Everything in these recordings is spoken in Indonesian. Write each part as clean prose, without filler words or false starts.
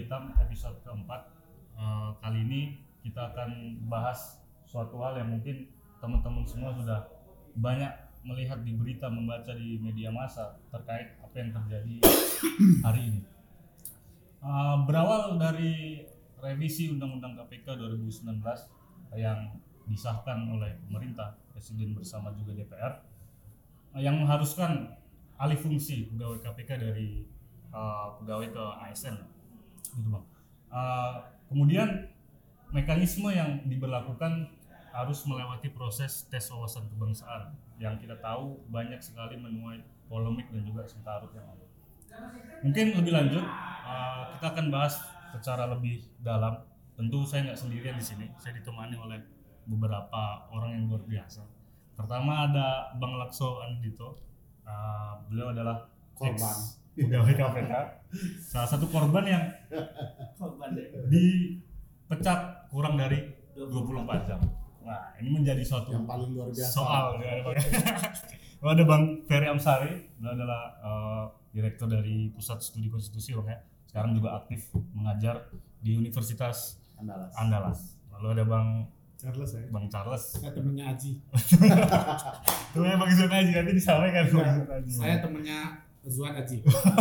Hitam episode keempat. Kali ini kita akan bahas suatu hal yang mungkin teman-teman semua sudah banyak melihat di berita, membaca di media massa terkait apa yang terjadi hari ini. Berawal dari revisi Undang-Undang KPK 2019 yang disahkan oleh pemerintah, Presiden bersama juga DPR, yang mengharuskan alih fungsi pegawai KPK dari pegawai ke ASN, gitu bang. Kemudian mekanisme yang diberlakukan harus melewati proses tes wawasan kebangsaan yang kita tahu banyak sekali menuai polemik dan juga sengkarut yang ada. Mungkin lebih lanjut kita akan bahas secara lebih dalam. Tentu saya nggak sendirian di sini, saya ditemani oleh beberapa orang yang luar biasa. Pertama ada Bang Lakso Andito, beliau adalah korban pegawai KPK, salah satu korban yang dipecat kurang dari 24 jam. Nah, ini menjadi suatu yang paling luar biasa soal. Ada Bang Ferry Amsari, beliau adalah direktur dari Pusat Studi Konstitusi, Bang ya. Sekarang juga aktif mengajar di Universitas Andalas. Lalu ada Bang Charles ya? Bang Charles. Saya temennya Aji. Temennya Bang Zuan Aji, nanti disampaikan Bang Zuan Aji. Saya temennya Zuan Aji.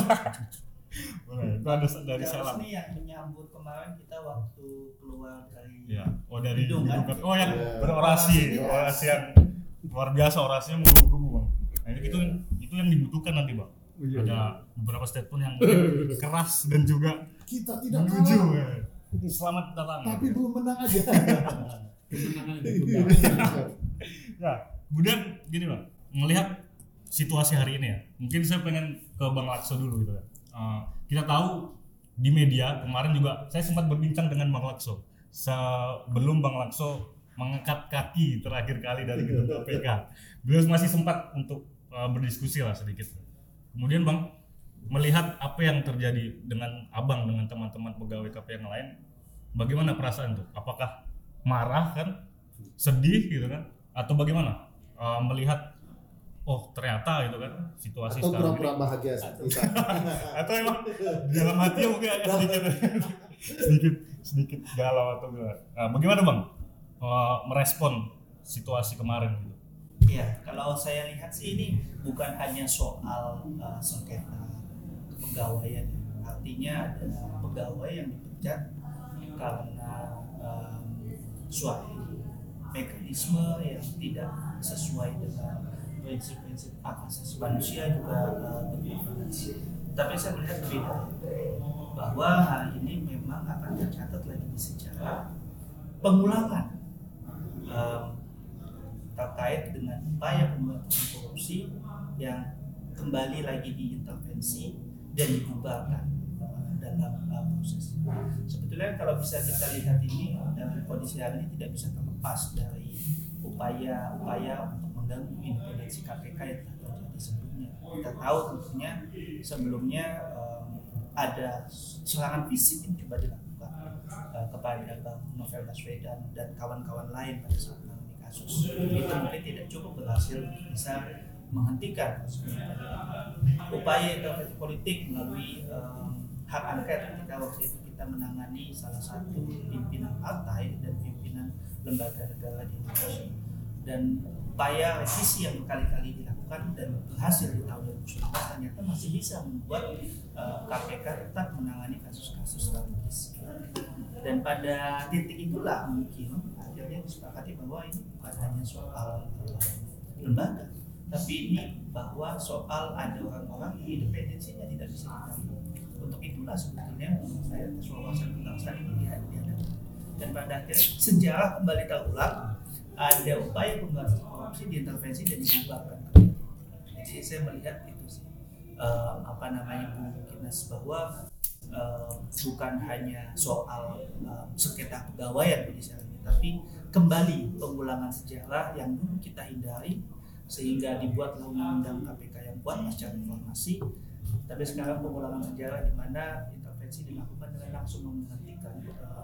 Itu ada dari Selang. Ini yang menyambut kemarin kita waktu keluar dari Ya, dari gedung kan? Oh yang berorasi yang luar biasa, orasinya menggebu-gebu Bang. Nah, itu yang dibutuhkan nanti Bang. Ada beberapa statement yang keras dan juga Kita tidak menuju kalah, selamat datang. tapi belum menang aja. Kemenangan ditunda. Ya, kemudian gini Bang, melihat situasi hari ini ya, mungkin saya pengen ke Bang Lakso dulu gitu ya. Kita tahu di media kemarin juga saya sempat berbincang dengan Bang Lakso sebelum Bang Lakso mengangkat kaki terakhir kali dari gedung KPK. Beliau masih sempat untuk berdiskusi lah sedikit. Kemudian Bang melihat apa yang terjadi dengan Abang dengan teman-teman pegawai KPK yang lain, bagaimana perasaan tuh? Apakah marah kan, sedih gitu kan, atau bagaimana melihat oh ternyata gitu kan situasi Atau sekarang pura-pura ini, bahagia atau emang di dalam hati mungkin agak sedikit galau atau gimana? Nah, bagaimana Bang merespon situasi kemarin gitu? Ya, kalau saya lihat sih ini bukan hanya soal sengketa kepegawaian. Artinya ada pegawai yang dipecat karena suatu mekanisme yang tidak sesuai dengan prinsip-prinsip hak asasi manusia juga berdiskriminasi. Tapi saya melihat berbeda bahwa hari ini memang akan tercatat lagi di sejarah pengulangan terkait dengan upaya pemberantasan korupsi yang kembali lagi diintervensi dan dibubarkan dalam proses. Sebetulnya kalau bisa kita lihat ini dalam kondisi hari ini tidak bisa terlepas dari upaya-upaya untuk mengganggu independensi KPK yang telah terjadi sebelumnya. Kita tahu tentunya sebelumnya ada serangan fisik yang coba dilakukan kepada Bang Novel Baswedan dan kawan-kawan lain pada saat menangani kasus. Itu mungkin tidak cukup berhasil bisa menghentikan upaya intervensi politik melalui hak angket ketika waktu itu kita menangani salah satu pimpinan partai dan pimpinan lembaga negara di Indonesia, dan upaya revisi yang berkali-kali dilakukan dan berhasil di tahun 2019 ternyata masih bisa membuat KPK tetap menangani kasus-kasus strategis. Dan pada titik itulah mungkin akhirnya disepakati bahwa ini bukan hanya soal lembaga, tapi ini bahwa soal ada orang-orang yang independensinya tidak bisa ditambah. Untuk itulah sebetulnya menurut saya tes wawasan kebangsaan ini dihadapi. Dan pada akhirnya sejarah kembali terulang, ada upaya pemberantasan korupsi diintervensi dan dibubarkan. Jadi saya melihat itu sih Bung Kinas, bahwa bukan hanya soal sengketa pegawaian ini, tapi kembali pengulangan sejarah yang dulu kita hindari sehingga dibuatlah undang-undang KPK yang kuat pasca reformasi. Tapi sekarang pengulangan sejarah di mana intervensi dilakukan dengan langsung menghentikan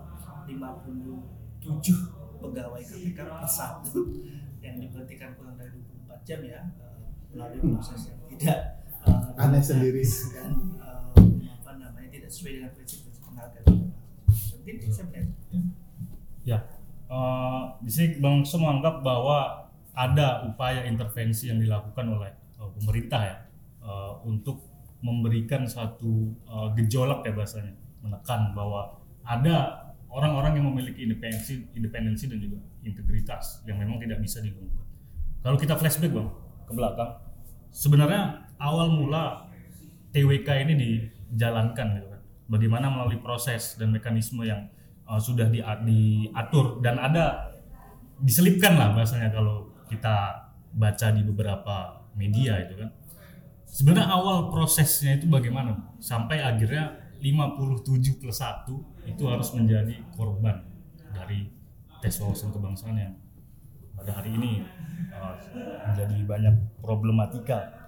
57 pegawai KPK per satu yang diberhentikan kurang dari 24 jam ya, melalui proses yang tidak aneh sendiri dan tidak sesuai dengan prinsip-prinsip menghargai kebebasan. Jadi sebenarnya Ya, di sini Bang Su menganggap bahwa ada upaya intervensi yang dilakukan oleh pemerintah ya untuk memberikan satu gejolak ya bahasanya, menekan bahwa ada orang-orang yang memiliki independensi dan juga integritas yang memang tidak bisa diganggu. Kalau kita flashback Bang ke belakang, sebenarnya awal mula TWK ini dijalankan gitu kan. Bagaimana melalui proses dan mekanisme yang sudah diatur dan ada diselipkan lah bahasanya kalau kita baca di beberapa media itu kan. Sebenarnya awal prosesnya itu bagaimana sampai akhirnya 57+1 itu harus menjadi korban dari tes wawasan kebangsaan yang pada hari ini menjadi banyak problematika.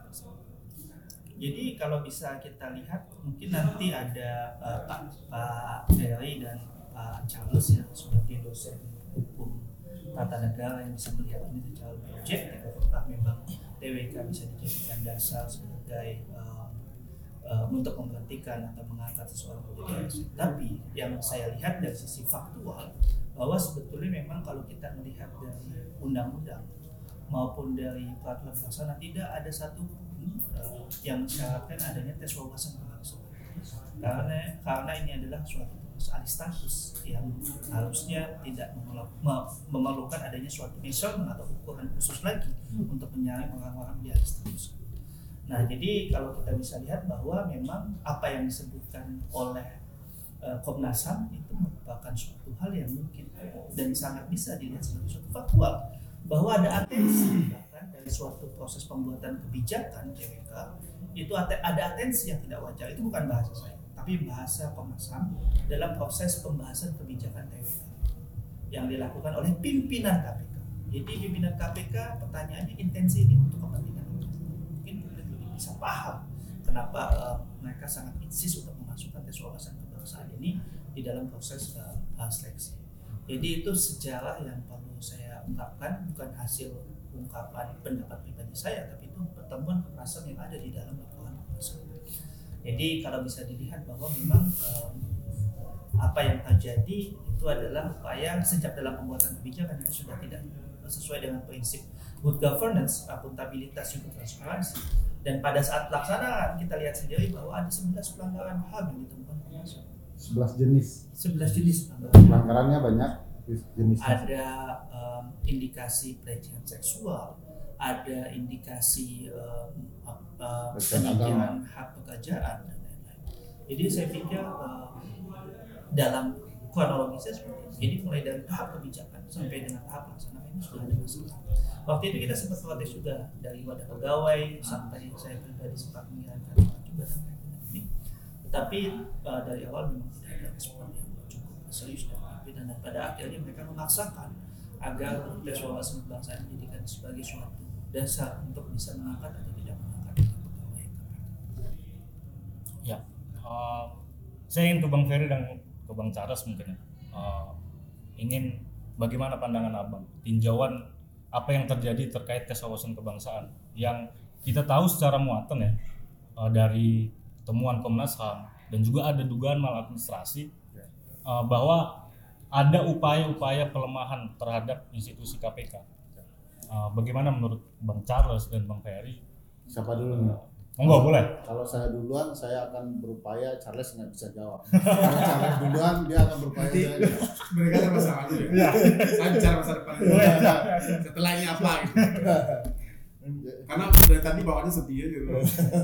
jadi kalau bisa kita lihat mungkin nanti ada Pak Ferry dan Pak Charles ya sebagai dosen hukum tata negara yang bisa melihat ini secara objektif apakah memang TWK bisa dijadikan dasar sebagai untuk memberhentikan atau mengangkat seseorang menjadi ASN. Tapi yang saya lihat dari sisi faktual bahwa sebetulnya memang kalau kita melihat dari undang-undang maupun dari peraturan pelaksana tidak ada satu yang mensyaratkan adanya tes wawasan kebangsaan. Karena ini adalah suatu alih status yang harusnya tidak memerlukan adanya suatu measurement atau ukuran khusus lagi untuk menyaring orang-orang di alih status. Nah, jadi kalau kita bisa lihat bahwa memang apa yang disebutkan oleh Komnas HAM itu merupakan suatu hal yang mungkin dan sangat bisa dilihat sebagai suatu faktual bahwa ada atensi bahkan dari suatu proses pembuatan kebijakan TWK itu ada atensi yang tidak wajar. Itu bukan bahasa saya, tapi bahasa Komnas HAM dalam proses pembahasan kebijakan TWK yang dilakukan oleh pimpinan KPK. Jadi pimpinan KPK pertanyaannya intensi ini untuk kepentingan apa? Mungkin publik lebih bisa paham kenapa mereka sangat insist untuk memasukkan tes wawasan kebangsaan ini di dalam proses seleksi. Jadi itu sejarah yang perlu saya ungkapkan, bukan hasil ungkapan pendapat pribadi saya, tapi itu pertemuan kekerasan yang ada di dalam laporan kekerasan. Jadi kalau bisa dilihat bahwa memang apa yang terjadi itu adalah upaya sejak dalam pembuatan kebijakan itu sudah tidak sesuai dengan prinsip good governance, akuntabilitas juga transparansi. Dan pada saat pelaksanaan kita lihat sendiri bahwa ada 11 pelanggaran HAM yang ditemukan Komnas HAM. 11 jenis. 11 jenis Pelanggarannya banyak jenisnya. Ada indikasi pelecehan seksual, ada indikasi penyimpangan hak pekerjaan dan lain-lain. Jadi saya pikir dalam kronologisnya seperti ini. Jadi mulai dari tahap kebijakan sampai dengan tahap pelaksanaan ini sudah ada masalah. Waktu itu kita sempat protes juga dari wadah pegawai sampai saya pribadi sempat mengirimkan juga terkait dengan ini. Tetapi dari awal memang tidak ada respon yang cukup serius dan pada akhirnya mereka memaksakan agar tes wawasan kebangsaan dijadikan sebagai suatu dasar untuk bisa mengangkat atau tidak mengangkat pegawai KPK. Ya, saya ingin ke Bang Ferry dan ke Bang Charles mungkin ingin bagaimana pandangan Abang tinjauan apa yang terjadi terkait tes wawasan kebangsaan yang kita tahu secara muatan ya dari temuan Komnas HAM dan juga ada dugaan maladministrasi bahwa ada upaya-upaya pelemahan terhadap institusi KPK. Bagaimana menurut Bang Charles dan Bang Ferry? Siapa dulu nih? Enggak boleh. Kalau saya duluan, saya akan berupaya. Charles nggak bisa jawab. Kalau Charles duluan, dia akan berupaya. Mereka ada masalah dulu ya. Saya bicara masa depan. Setelah ini apa gitu. Karena dari tadi bawaannya sedih aja gitu.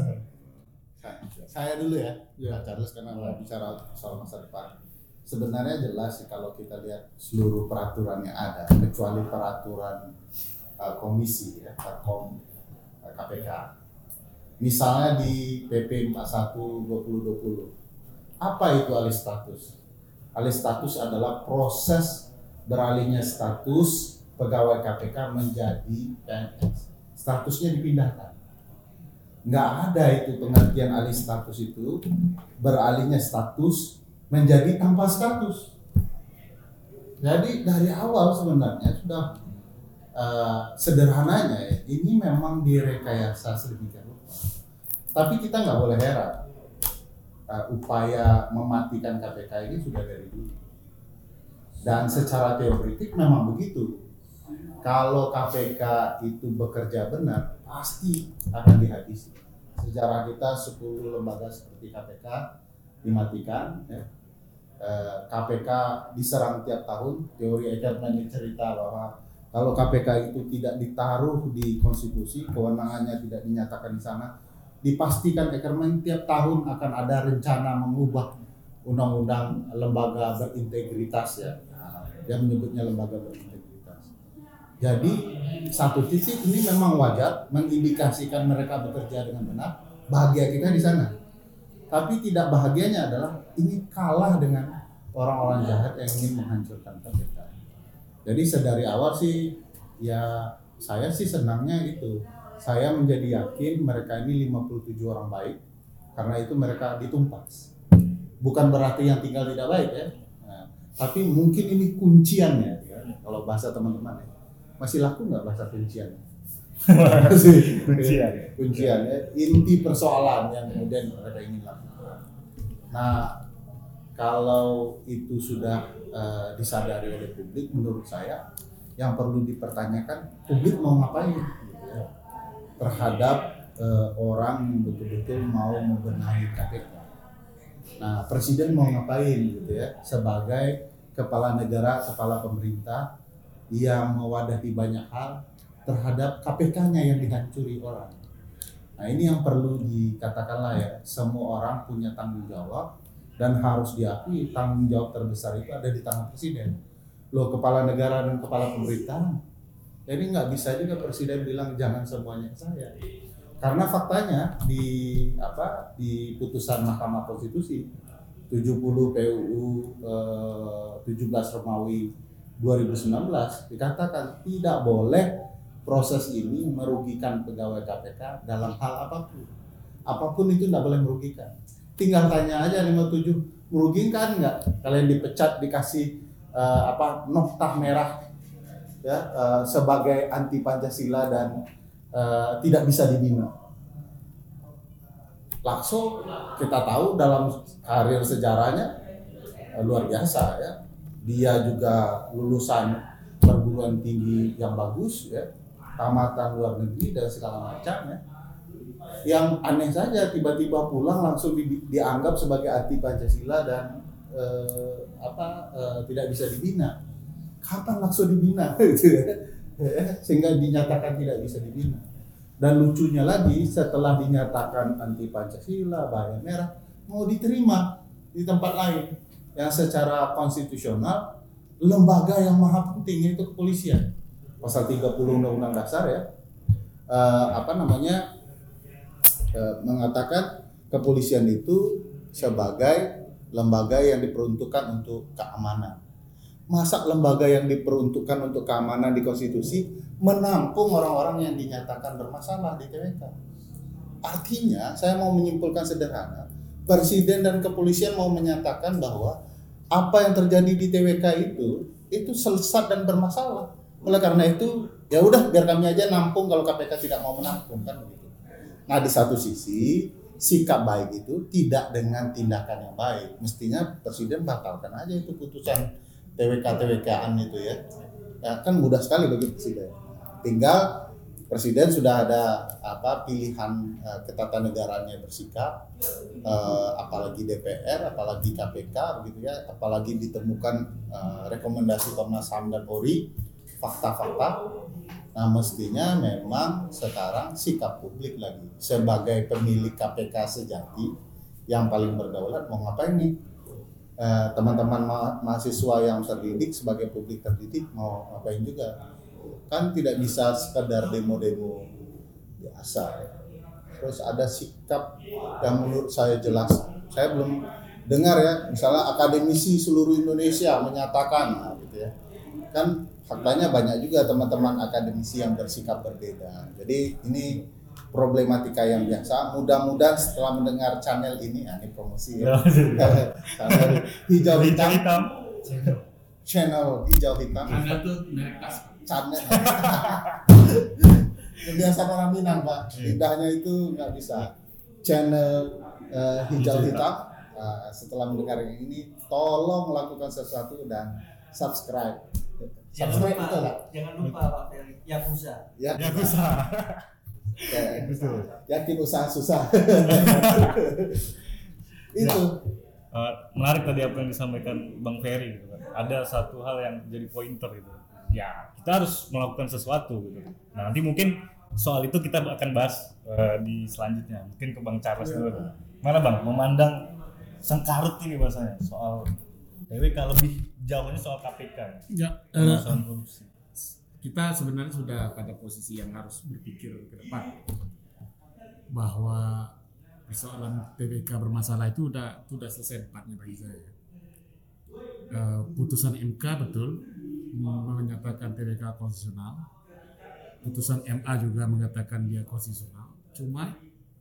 Saya dulu ya. Nah, Charles karena mau bicara soal masa depan. Sebenarnya jelas sih kalau kita lihat seluruh peraturan yang ada, kecuali peraturan komisi ya, Perkom KPK. Misalnya di PP 41/2020, apa itu alih status? Alih status adalah proses beralihnya status pegawai KPK menjadi PNS. Statusnya dipindahkan. Nggak ada itu pengertian alih status itu, beralihnya status menjadi tanpa status. Jadi dari awal sebenarnya sudah sederhananya ya, ini memang direkayasa sedemikian rupa. Tapi kita nggak boleh heran upaya mematikan KPK ini sudah dari dulu. Dan secara teoretik memang begitu. Kalau KPK itu bekerja benar, pasti akan dihabisi. Sejarah kita 10 lembaga seperti KPK dimatikan, ya. KPK diserang tiap tahun. Teori Eijkman cerita bahwa kalau KPK itu tidak ditaruh di konstitusi, kewenangannya tidak dinyatakan di sana, dipastikan Eijkman tiap tahun akan ada rencana mengubah undang-undang lembaga berintegritas, ya. Dia menyebutnya lembaga berintegritas. Jadi satu titik ini memang wajar mengindikasikan mereka bekerja dengan benar, bahagia kita di sana. Tapi tidak bahagianya adalah ini kalah dengan orang-orang jahat yang ingin menghancurkan KPK. Jadi sedari awal sih ya saya sih senangnya itu. Saya menjadi yakin mereka ini 57 orang baik karena itu mereka ditumpas. Bukan berarti yang tinggal tidak baik, ya. Tapi mungkin ini kunciannya, ya. Kalau bahasa teman-teman, ya. Masih laku nggak bahasa kunciannya? Kunciannya, inti persoalan yang kemudian mereka ingin lakukan. Nah, kalau itu sudah disadari oleh publik, menurut saya yang perlu dipertanyakan publik mau ngapain, gitu, ya, terhadap orang yang betul-betul mau membenahi KPK. Nah, presiden mau ngapain, gitu ya, sebagai kepala negara, kepala pemerintah yang mewadahi banyak hal terhadap KPK-nya yang dihancuri orang. Nah, ini yang perlu dikatakanlah, ya, semua orang punya tanggung jawab dan harus diakui tanggung jawab terbesar itu ada di tangan presiden. Loh, kepala negara dan kepala pemerintah. Jadi nggak bisa juga presiden bilang jangan semuanya ke saya. Karena faktanya di putusan Mahkamah Konstitusi 70 PUU 17 Romawi 2019 dikatakan tidak boleh proses ini merugikan pegawai KPK dalam hal apapun. Apapun itu tidak boleh merugikan. Tinggal tanya aja 57 merugikan nggak? Kalian dipecat dikasih noktah merah, ya, sebagai anti Pancasila dan tidak bisa dibina. Lakso kita tahu dalam karir sejarahnya luar biasa, ya. Dia juga lulusan perguruan tinggi yang bagus, ya, tamatan luar negeri dan segala macam, ya. Yang aneh saja tiba-tiba pulang langsung dianggap sebagai anti Pancasila dan tidak bisa dibina. Kapan Lakso dibina? Sehingga dinyatakan tidak bisa dibina. Dan lucunya lagi, setelah dinyatakan anti Pancasila, bahaya merah, mau diterima di tempat lain yang secara konstitusional lembaga yang maha penting yaitu kepolisian. Pasal 30 Undang-Undang Dasar, ya, mengatakan kepolisian itu sebagai lembaga yang diperuntukkan untuk keamanan. Masa lembaga yang diperuntukkan untuk keamanan di konstitusi menampung orang-orang yang dinyatakan bermasalah di TWK? Artinya, saya mau menyimpulkan sederhana, presiden dan kepolisian mau menyatakan bahwa apa yang terjadi di TWK itu sesat dan bermasalah. Oleh karena itu, ya udah biar kami aja nampung kalau KPK tidak mau menampung, kan begitu. Nah, di satu sisi sikap baik itu tidak dengan tindakan yang baik. Mestinya presiden batalkan aja itu putusan TWK-TWK-an itu, ya. Ya kan mudah sekali bagi presiden. Tinggal presiden sudah ada pilihan ketatanegaranya bersikap, apalagi DPR, apalagi KPK, begitu, ya, apalagi ditemukan rekomendasi Komnas HAM dan Polri, fakta-fakta. Nah, mestinya memang sekarang sikap publik lagi sebagai pemilik KPK sejati yang paling berdaulat mau ngapain nih? Teman-teman mahasiswa yang terdidik sebagai publik terdidik mau ngapain juga? Kan tidak bisa sekedar demo-demo biasa, ya. Terus ada sikap yang menurut saya jelas. Saya belum dengar, ya, misalnya akademisi seluruh Indonesia menyatakan, gitu, ya. Kan faktanya banyak juga teman-teman akademisi yang bersikap berbeda. Jadi ini problematika yang biasa. Mudah-mudahan setelah mendengar channel ini, ini promosi, ya. Channel Hijau Hitam. Channel Hijau Hitam. Anda tuh merek Channel. Kebiasaan orang Minang, Pak. Lidahnya itu nggak bisa. Channel Hijau Hitam. setelah mendengar yang ini tolong lakukan sesuatu dan subscribe. Subscribe itu lah. Jangan lupa Pak Ferry, Yakuza. Ya, Yakuza. yakin usaha susah. Itu. Menarik tadi apa yang disampaikan Bang Ferry gitu kan. Ada satu hal yang jadi pointer gitu. Ya, kita harus melakukan sesuatu gitu. Nah, nanti mungkin soal itu kita akan bahas di selanjutnya. Mungkin ke Bang Charles dulu. Mana Bang, memandang sengkarut ini bahasanya soal TWK, lebih jauhnya soal KPK. Ya, Soal korupsi. kita sebenarnya sudah pada posisi yang harus berpikir ke depan bahwa persoalan TWK bermasalah itu sudah selesai tempatnya bagi saya. Putusan MK betul menyatakan TWK konstitusional, putusan MA juga mengatakan dia konstitusional. Cuma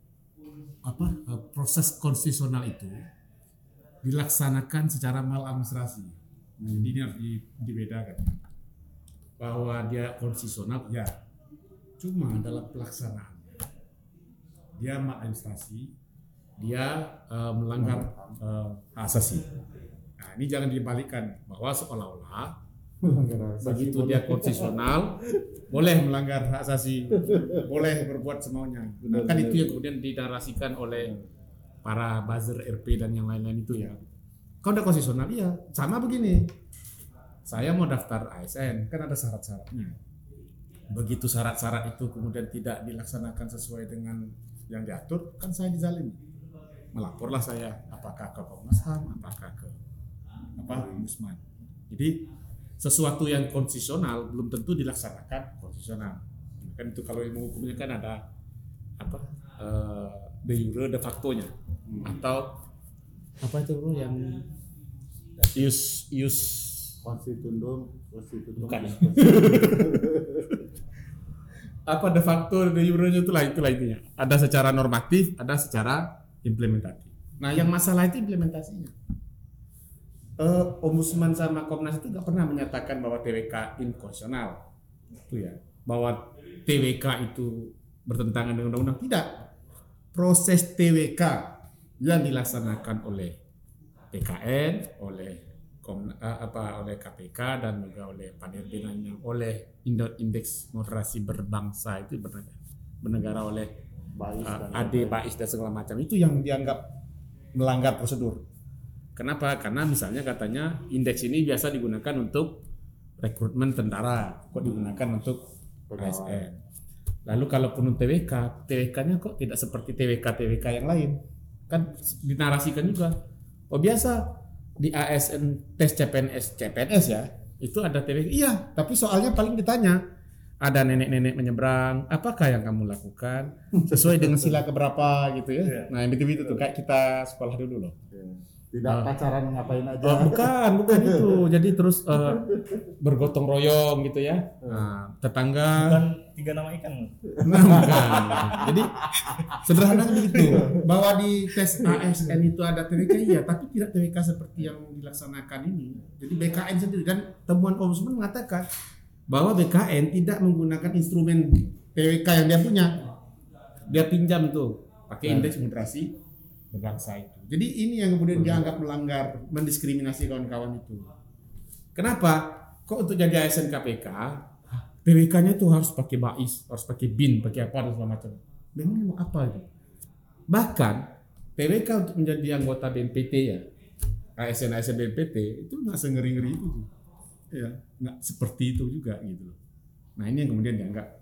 proses konstitusional itu dilaksanakan secara maladministrasi. Jadi ini harus dibedakan bahwa dia konstitusional ya, cuma dalam pelaksanaannya dia maladministrasi, dia melanggar hak asasi. Nah, ini jangan dibalikkan bahwa seolah-olah begitu dia konstitusional boleh melanggar hak asasi, boleh berbuat semaunya. Nah, kan itu yang kemudian dinarasikan oleh para buzzer RP dan yang lain-lain itu ya. Kalau udah konstitusional ya sama begini. Saya mau daftar ASN, kan ada syarat-syaratnya. Begitu syarat-syarat itu kemudian tidak dilaksanakan sesuai dengan yang diatur, kan saya dizalimi. Melaporlah saya, apakah ke Komnas HAM, apakah ke Ombudsman. Jadi sesuatu yang konstitusional belum tentu dilaksanakan konstitusional. Kan itu kalau ilmu hukumnya kan ada de jure de facto-nya, atau apa itu bro yang ius Konstitundum. bukan apa de facto de jure-nya itulah intinya. Ada secara normatif, ada secara implementatif. Nah, yang masalah itu implementasinya. Ombudsman sama Komnas itu nggak pernah menyatakan bahwa TWK inkonstitusional, itu ya, bahwa TWK itu bertentangan dengan undang-undang. Tidak. Proses TWK yang dilaksanakan oleh PKN, oleh oleh KPK dan juga oleh Panirbinan, oleh Indeks Moderasi Berbangsa itu bernegara oleh AD, BAIS dan segala macam, itu yang dianggap melanggar prosedur. Kenapa? Karena misalnya katanya indeks ini biasa digunakan untuk rekrutmen tentara, kok digunakan untuk ASN. Lalu kalaupun TWK-nya kok tidak seperti TWK yang lain? Kan dinarasikan juga. Oh biasa di ASN tes CPNS ya, itu ada TWK. Iya, tapi soalnya paling ditanya, ada nenek-nenek menyeberang, apakah yang kamu lakukan sesuai dengan sila keberapa gitu ya. Nah, itu tuh kayak kita sekolah dulu loh. Tidak pacaran ngapain aja. Bukan itu. Jadi terus bergotong royong gitu ya. Nah, tetangga. Bukan 3 nama ikan. Nah, bukan. Jadi sederhananya begitu. Bahwa di tes ASN itu ada TWK iya, tapi tidak TWK seperti yang dilaksanakan ini. Jadi BKN sendiri, dan temuan Ombudsman mengatakan bahwa BKN tidak menggunakan instrumen TWK yang dia punya. Dia pinjam tuh pakai indeks moderasi berbangsa itu. Jadi ini yang kemudian dianggap melanggar, mendiskriminasi kawan-kawan itu. Kenapa? Kok untuk jadi ASN KPK TWK-nya itu harus pakai BAIS, harus pakai BIN, pakai apa dan segala macam. Memang mau apa itu? Bahkan TWK untuk menjadi anggota BNPT ya, ASN BNPT itu nggak sengeri-ngeri itu, ya nggak seperti itu juga gitu. Nah ini yang kemudian dianggap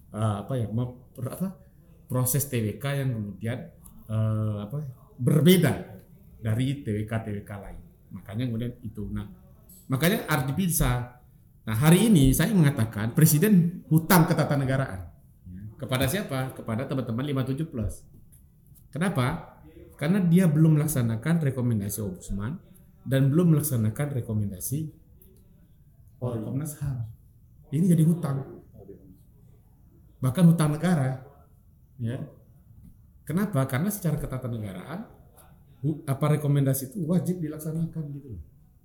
proses TWK yang kemudian berbeda dari TWK lain. Makanya kemudian itu. Nah, makanya harus dipisah. Nah, hari ini saya mengatakan Presiden hutang ketatanegaraan. Kepada siapa? Kepada teman-teman 57 plus. Kenapa? Karena dia belum melaksanakan rekomendasi Ombudsman dan belum melaksanakan rekomendasi Komnas HAM. Ini jadi hutang. Bahkan hutang negara. Ya. Kenapa? Karena secara ketatanegaraan rekomendasi itu wajib dilaksanakan gitu.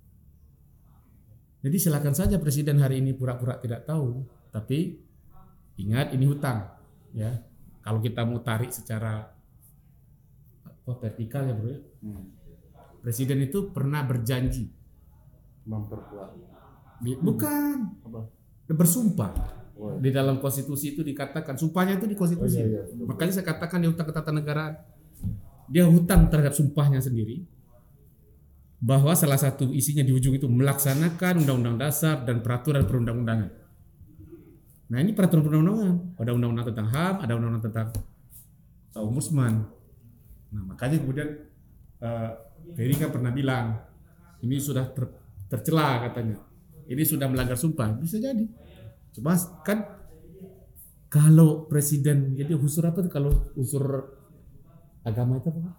Jadi silakan saja Presiden hari ini pura-pura tidak tahu, tapi ingat ini hutang, ya. Kalau kita mau tarik secara vertikal ya bro, Presiden itu pernah berjanji, Memperkuat. bukan, Apa? bersumpah. Oh, Di dalam konstitusi itu dikatakan, sumpahnya itu di konstitusi. Oh, iya, iya. Makanya saya katakan dia hutang ketatanegaraan. Dia hutang terhadap sumpahnya sendiri, bahwa salah satu isinya di ujung itu melaksanakan undang-undang dasar dan peraturan perundang-undangan. Nah ini peraturan perundang-undangan, ada undang-undang tentang HAM, ada undang-undang tentang ombudsman. Nah makanya kemudian Ferry kan pernah bilang ini sudah tercela katanya, ini sudah melanggar sumpah. Bisa jadi. Cuma kan kalau presiden jadi unsur apa tuh, kalau unsur agama itu apa?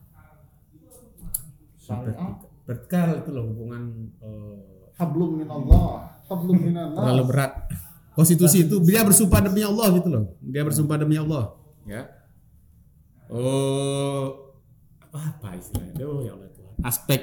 Vertikal itu loh, hubungan Hablum minallah, hablum minallah. terlalu berat. Konstitusi itu dia bersumpah demi Allah gitu loh. Dia bersumpah demi Allah, ya. Apa istilahnya? Ya Allah Tuhan.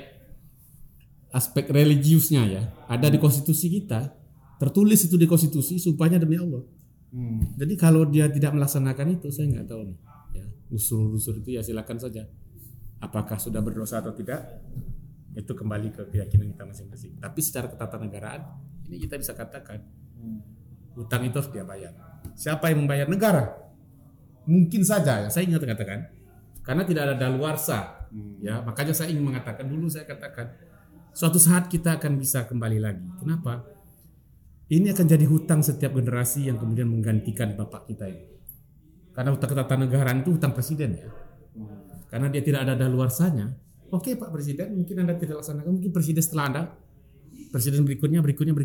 Aspek religiusnya ya, ada di konstitusi kita. Tertulis itu di konstitusi, sumpahnya demi Allah. Jadi kalau dia tidak melaksanakan itu, saya nggak tahu nih. Ya, unsur-unsur itu ya silakan saja. Apakah sudah berdosa atau tidak? Itu kembali ke keyakinan kita masing-masing. Tapi secara ketatanegaraan, ini kita bisa katakan hutang itu harus dia bayar. Siapa yang membayar? Negara. Mungkin saja, ya, saya ingin katakan, karena tidak ada daluarsa. Ya, makanya saya ingin mengatakan dulu, saya katakan suatu saat kita akan bisa kembali lagi. Kenapa? Ini akan jadi hutang setiap generasi yang kemudian menggantikan bapak kita ini. Karena hutang ketatanegaraan itu hutang presiden ya. Karena dia tidak ada daluarsanya. Oke Pak Presiden, mungkin Anda tidak laksanakan, mungkin presiden setelah Anda, presiden berikutnya.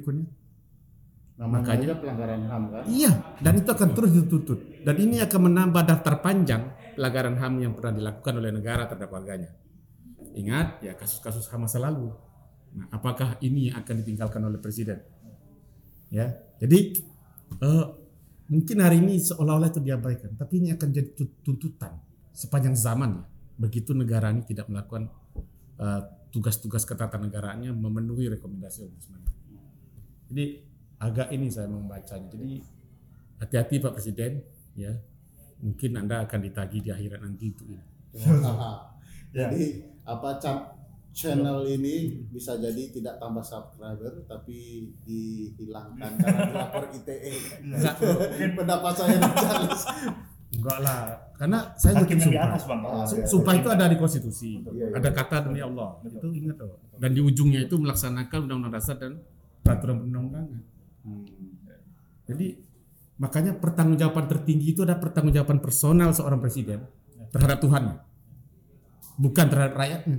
Makanya pelanggaran HAM kan? Iya, dan itu akan terus dituntut. Dan ini akan menambah daftar panjang pelanggaran HAM yang pernah dilakukan oleh negara terhadap warganya. Ingat ya kasus-kasus HAM masa lalu. Nah, apakah ini akan ditinggalkan oleh presiden? Ya, jadi mungkin hari ini seolah-olah itu diabaikan, tapi ini akan jadi tuntutan sepanjang zaman ya. Begitu negara ini tidak melakukan tugas-tugas ketatanegaranya memenuhi rekomendasi ombudsman. Jadi agak ini saya membacanya. Jadi hati-hati Pak Presiden, ya. Mungkin Anda akan ditagih di akhirat nanti untuk ini. Jadi apa channel ini bisa jadi tidak tambah subscriber tapi dihilangkan karena dilapor ITE. Pendapat saya dan Charles. Enggak lah, karena saya Hakim yang di sumpah. atas, Bang. Sumpah itu ada di konstitusi. Iya. Ada kata demi Allah. Itu ingat loh. Dan di ujungnya itu melaksanakan undang-undang dasar dan peraturan perundang-undangan. Jadi makanya pertanggungjawaban tertinggi itu ada pertanggungjawaban personal seorang presiden terhadap Tuhannya, bukan terhadap rakyatnya.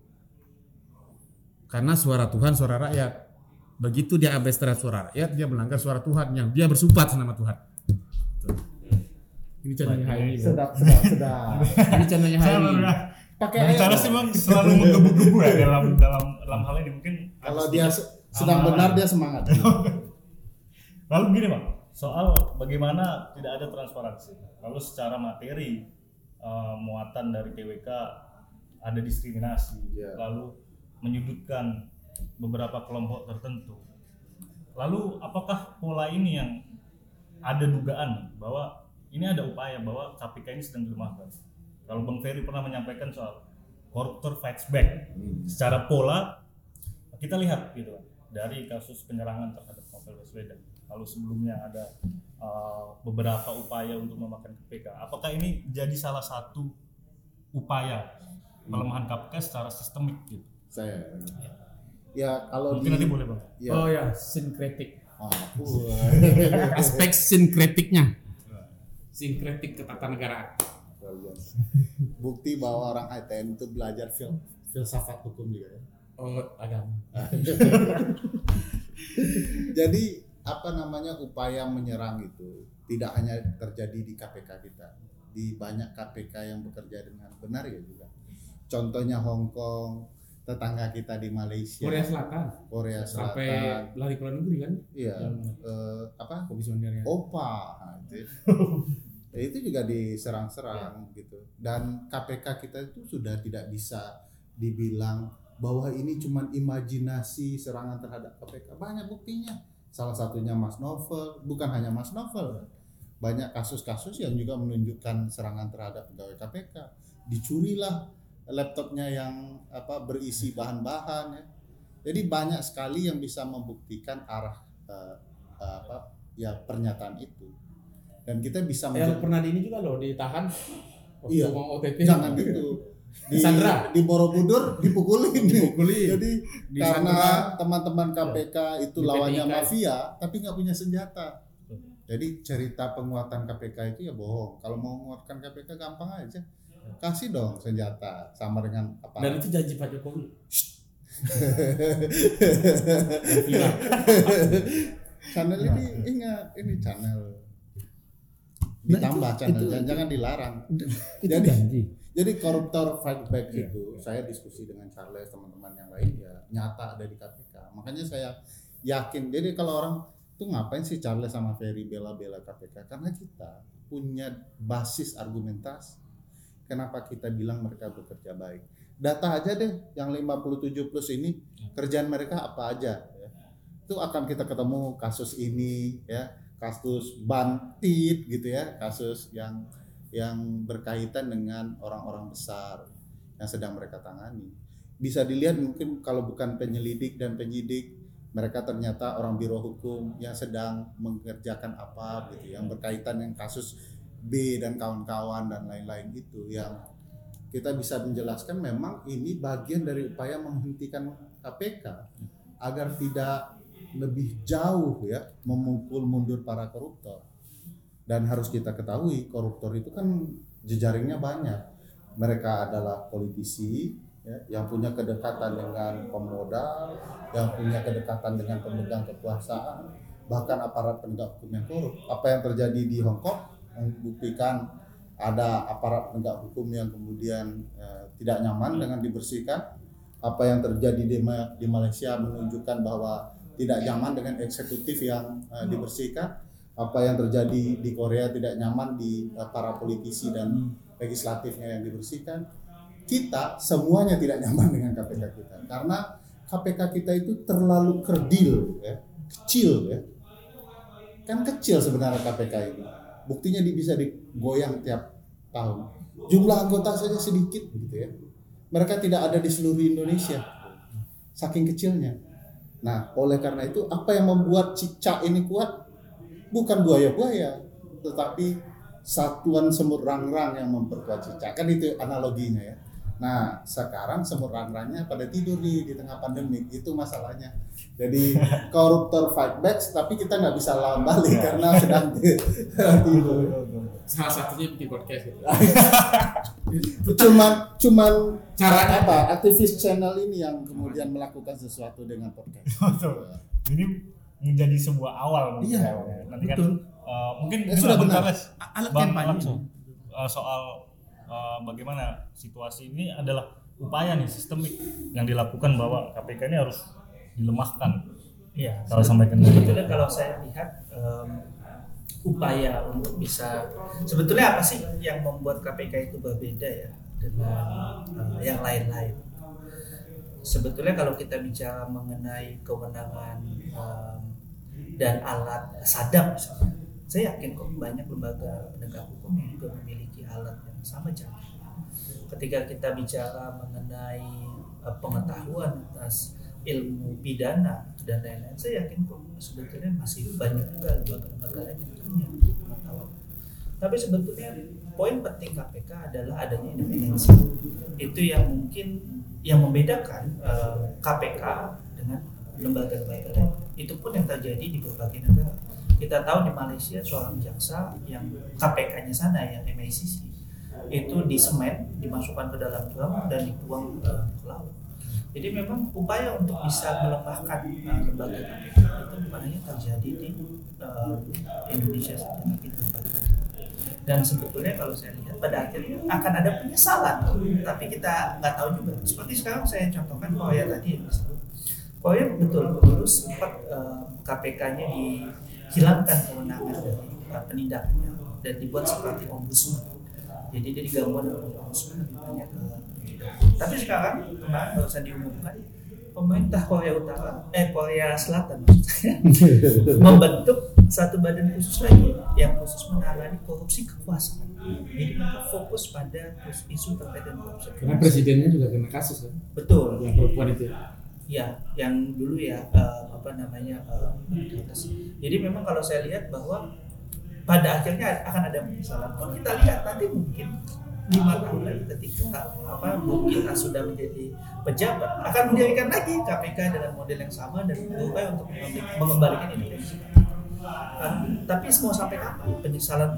Karena suara Tuhan, suara rakyat. Begitu dia abai terhadap suara rakyat, dia melanggar suara Tuhan yang dia bersumpah atas nama Tuhan. Ini channelnya Haini. Sedap. Ini channelnya Haini. Pakai Cara ayat. sih Bang selalu menggebu-gebu ya dalam hal ini mungkin. Kalau dia sedang benar dia semangat. Lalu begini Bang, soal bagaimana tidak ada transparansi. Lalu secara materi muatan dari TWK ada diskriminasi, Yeah. lalu menyudutkan beberapa kelompok tertentu. Lalu apakah pola ini yang ada dugaan bahwa ini ada upaya bahwa KPK ini sedang dilemahkan? Kalau Bang Ferry pernah menyampaikan soal koruptor fights back, secara pola kita lihat gitu dari kasus penyerangan terhadap Novel Baswedan. Lalu sebelumnya ada beberapa upaya untuk memakan KPK. Apakah ini jadi salah satu upaya pelemahan KPK secara sistemik gitu? Saya. Ya kalau Mungkin nanti boleh Bang. Ya. Oh ya, sinkretik. Aspek Aspek sinkretiknya. Sinkretik ketatanegaraan. bukti bahwa orang ITN itu belajar filsafat hukum juga ya. Oh, agama. Jadi apa namanya upaya menyerang itu tidak hanya terjadi di KPK kita, di banyak KPK yang bekerja dengan benar ya juga. Contohnya Hong Kong, tetangga kita di Malaysia, Korea Selatan, Sampai lari ke luar negeri kan? iya, apa Komisionernya. OPA, nah, itu juga diserang-serang gitu. Dan KPK kita itu sudah tidak bisa dibilang bahwa ini cuma imajinasi serangan terhadap KPK. Banyak buktinya. Salah satunya Mas Novel, bukan hanya Mas Novel. Banyak kasus-kasus yang juga menunjukkan serangan terhadap pegawai KPK. Dicurilah laptopnya yang berisi bahan-bahan ya. Jadi banyak sekali yang bisa membuktikan arah pernyataan itu. Dan kita bisa pernah di ini juga loh ditahan waktu iya, mau OTT. Jangan gitu. Sandra di Borobudur dipukulin. Jadi di karena teman-teman KPK itu Di lawannya P3. mafia tapi nggak punya senjata. Jadi cerita penguatan KPK itu ya bohong. Kalau mau menguatkan KPK gampang aja. Kasih dong senjata sama dengan apa? Dan itu janji Pak Jokowi. Channel ini ingat, ini channel ditambah channel, jangan dilarang. Jadi koruptor fight back itu saya diskusi dengan Charles, teman-teman yang lain ya nyata ada di KPK. Makanya saya yakin. Jadi kalau orang tuh ngapain sih Charles sama Ferry bela-bela KPK? Karena kita punya basis argumentasi. Kenapa kita bilang mereka bekerja baik? Data aja deh yang 57 plus ini kerjaan mereka apa aja ya. Itu akan kita ketemu kasus ini ya, kasus bantit gitu ya, kasus yang berkaitan dengan orang-orang besar yang sedang mereka tangani. Bisa dilihat mungkin kalau bukan penyelidik dan penyidik, mereka ternyata orang biro hukum yang sedang mengerjakan apa gitu, yang berkaitan dengan kasus B dan kawan-kawan dan lain-lain itu, yang kita bisa menjelaskan memang ini bagian dari upaya menghentikan KPK agar tidak lebih jauh ya memukul mundur para koruptor. Dan harus kita ketahui koruptor itu kan jejaringnya banyak. Mereka adalah politisi ya, yang punya kedekatan dengan pemodal, yang punya kedekatan dengan pemegang kekuasaan, bahkan aparat penegak hukum yang korup. Apa yang terjadi di Hong Kong membuktikan ada aparat penegak hukum yang kemudian tidak nyaman dengan dibersihkan. Apa yang terjadi di Malaysia menunjukkan bahwa tidak nyaman dengan eksekutif yang dibersihkan. Apa yang terjadi di Korea tidak nyaman di para politisi dan legislatifnya yang dibersihkan. Kita semuanya tidak nyaman dengan KPK kita karena KPK kita itu terlalu kerdil ya, kecil ya. Kan kecil sebenarnya KPK ini. Buktinya bisa digoyang tiap tahun. Jumlah anggota saja sedikit begitu ya. Mereka tidak ada di seluruh Indonesia. Saking kecilnya. Nah, oleh karena itu apa yang membuat cicak ini kuat? Bukan buaya-buaya, tetapi satuan semut rangrang yang memperkuat cicak. Kan itu analoginya ya. Nah, sekarang semut rangrangnya pada tidur di tengah pandemi. Itu masalahnya. Jadi koruptor fight back, tapi kita nggak bisa lawan balik karena sedang tidur. Salah satunya bikin podcast gitu. Cuman Caranya apa? Aktivis channel ini yang kemudian melakukan sesuatu dengan podcast. Ini menjadi sebuah awal mungkin. Iya, Nanti betul. kan mungkin sudah gimana, benar. Bang Charles? Alat Bang kampanye. langsung soal bagaimana situasi ini adalah upaya nih sistemik yang dilakukan bahwa KPK ini harus dilemahkan. Iya, Kalau sampaikan sebetulnya kalau saya lihat upaya untuk bisa, sebetulnya apa sih yang membuat KPK itu berbeda ya dengan yang lain-lain. Sebetulnya kalau kita bicara mengenai kewenangan dan alat sadap misalnya, saya yakin kok banyak lembaga penegak hukum yang juga memiliki alat yang sama canggih. Ketika kita bicara mengenai pengetahuan atas ilmu pidana dan lain-lain, saya yakin kok sebetulnya masih banyak juga lembaga-lembaga lain yang punya pengetahuan. Tapi sebetulnya poin penting KPK adalah adanya independensi. Itu yang mungkin yang membedakan KPK dengan lembaga-lembaga lain. Itu pun yang terjadi di berbagai negara. Kita tahu di Malaysia seorang jaksa yang KPK-nya sana yang MACC itu disemen, dimasukkan ke dalam drum dan dibuang ke laut. Jadi memang upaya untuk bisa melemahkan lembaga KPK itu bukan hanya terjadi di Indonesia saja, tapi di berbagai negara. Dan sebetulnya kalau saya lihat pada akhirnya akan ada penyesalan, tapi kita nggak tahu juga. Seperti sekarang saya contohkan Korea tadi yang disebut. Korea betul dulu sempat KPK-nya dihilangkan kewenangan dari penindakannya dan dibuat seperti ombudsman. Jadi dia digabungkan dengan ombudsman banyak tapi sekarang kemarin baru saja diumumkan pemerintah Korea Selatan membentuk satu badan khusus lagi yang khusus menangani korupsi kekuasaan. Jadi mereka fokus pada isu terkait dengan korupsi. Karena presidennya juga kena kasus kan? Betul. Yang perempuan itu. Ya, yang dulu ya Jadi memang kalau saya lihat bahwa pada akhirnya akan ada penyesalan. Pun kita lihat nanti mungkin 5 tahun lagi ketika mungkin sudah menjadi pejabat akan mendirikan lagi KPK dengan model yang sama dan berupaya untuk mengembalikan Indonesia. Tapi mau sampai kapan penyesalan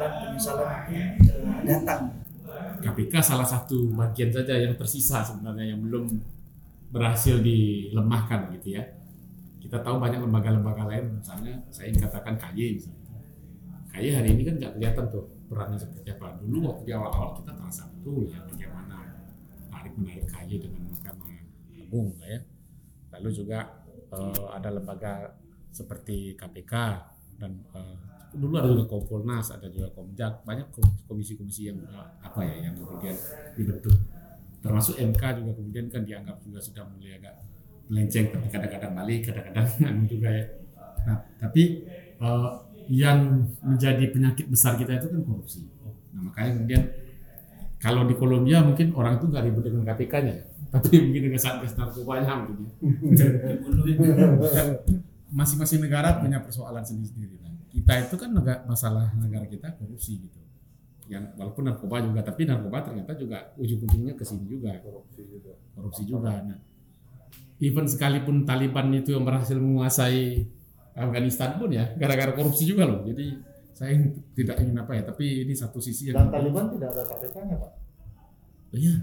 datang? KPK salah satu bagian saja yang tersisa sebenarnya yang belum berhasil dilemahkan gitu ya. Kita tahu banyak lembaga-lembaga lain, misalnya saya ingin katakan KY misalnya. KY hari ini kan nggak kelihatan tuh perannya seperti apa. Dulu waktu di awal-awal kita terasa betul ya bagaimana menarik KY dengan Mahkamah Agung ya. Lalu juga ada lembaga seperti KPK dan dulu ada juga Kompolnas, ada juga Komjak, banyak komisi-komisi yang yang kemudian dibentuk. Termasuk MK juga kemudian kan dianggap juga sudah mulai agak melenceng, tapi kadang-kadang balik, kadang-kadang juga ya. Nah, tapi yang menjadi penyakit besar kita itu kan korupsi. Nah, makanya kemudian kalau di Kolombia mungkin orang itu nggak ribut dengan KPK-nya, tapi mungkin dengan Satgas narkobanya mungkin. Masing-masing negara punya persoalan sendiri-sendiri. Nah, kita itu kan masalah negara kita korupsi gitu. Yang walaupun narkoba juga, tapi narkoba ternyata juga ujung-ujungnya ke sini juga. Korupsi juga. Nah, even sekalipun Taliban itu yang berhasil menguasai Afghanistan pun ya gara-gara korupsi juga loh. Jadi saya tidak ingin tapi ini satu sisi yang. Dan Taliban tidak ada KPK-nya, Pak. Iya.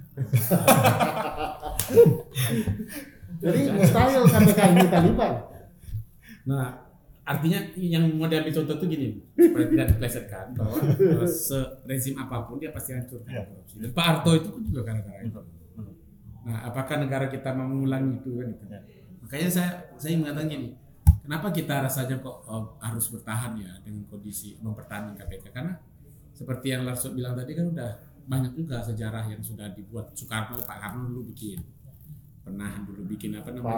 Jadi mustahil KPK ini Taliban. Nah, artinya yang mau diambil contoh itu gini, supaya tidak diplesetkan bahwa rezim apapun dia pasti hancur karena korupsi. Dan Pak Harto itu pun juga gara-gara itu. Nah, apakah negara kita mau mengulangi itu kan itu? Makanya saya mengatakan gini, kenapa kita rasanya kok harus bertahan ya dengan kondisi mempertahankan KPK? Karena seperti yang Larso bilang tadi kan udah banyak juga sejarah yang sudah dibuat. Pak Karno dulu pernah bikin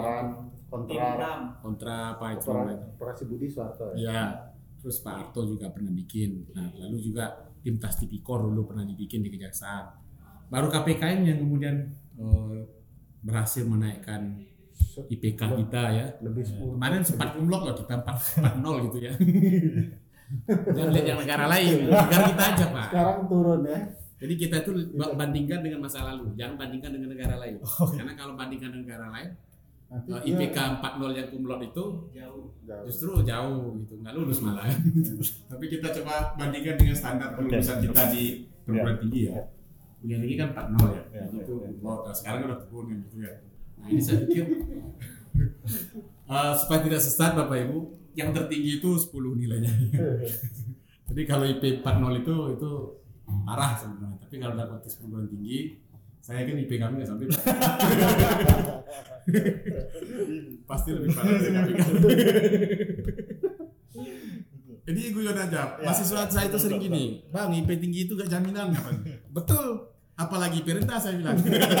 kontra apa itu operasi Budi Soeharto ya. Terus Pak Harto juga pernah bikin. Nah, lalu juga tim Tas Tipikor dulu pernah dibikin di Kejaksaan. Baru KPK yang kemudian berhasil menaikkan IPK kita ya. Kemarin sempat kumlot loh kita 4.0 gitu ya. Jangan lihat yang negara lain, negara kita aja Pak. Sekarang turun ya. Jadi kita itu bandingkan dengan masa lalu, jangan bandingkan dengan negara lain. Karena kalau bandingkan dengan negara lain, IPK 4.0 yang kumlot itu justru jauh gitu, nggak lulus malah. Tapi kita coba bandingkan dengan standar kelulusan kita di perguruan tinggi ya. Yang ini kan 4.0 ya, jadi itu kumlot. Sekarang udah turun gitu ya. Nah ini saya pikir supaya tidak sesat Bapak Ibu, yang tertinggi itu 10 nilainya. Jadi kalau IP 4.0 itu parah sebenarnya. Tapi kalau dapat konteks perguruan tinggi, saya yakin IP kami nggak sampai. Pasti lebih parah dari kami kan. Jadi guyon aja. Mahasiswa saya itu sering gini, Bang, IP tinggi itu gak jaminan kapan? Betul. Apalagi IP rendah saya bilang.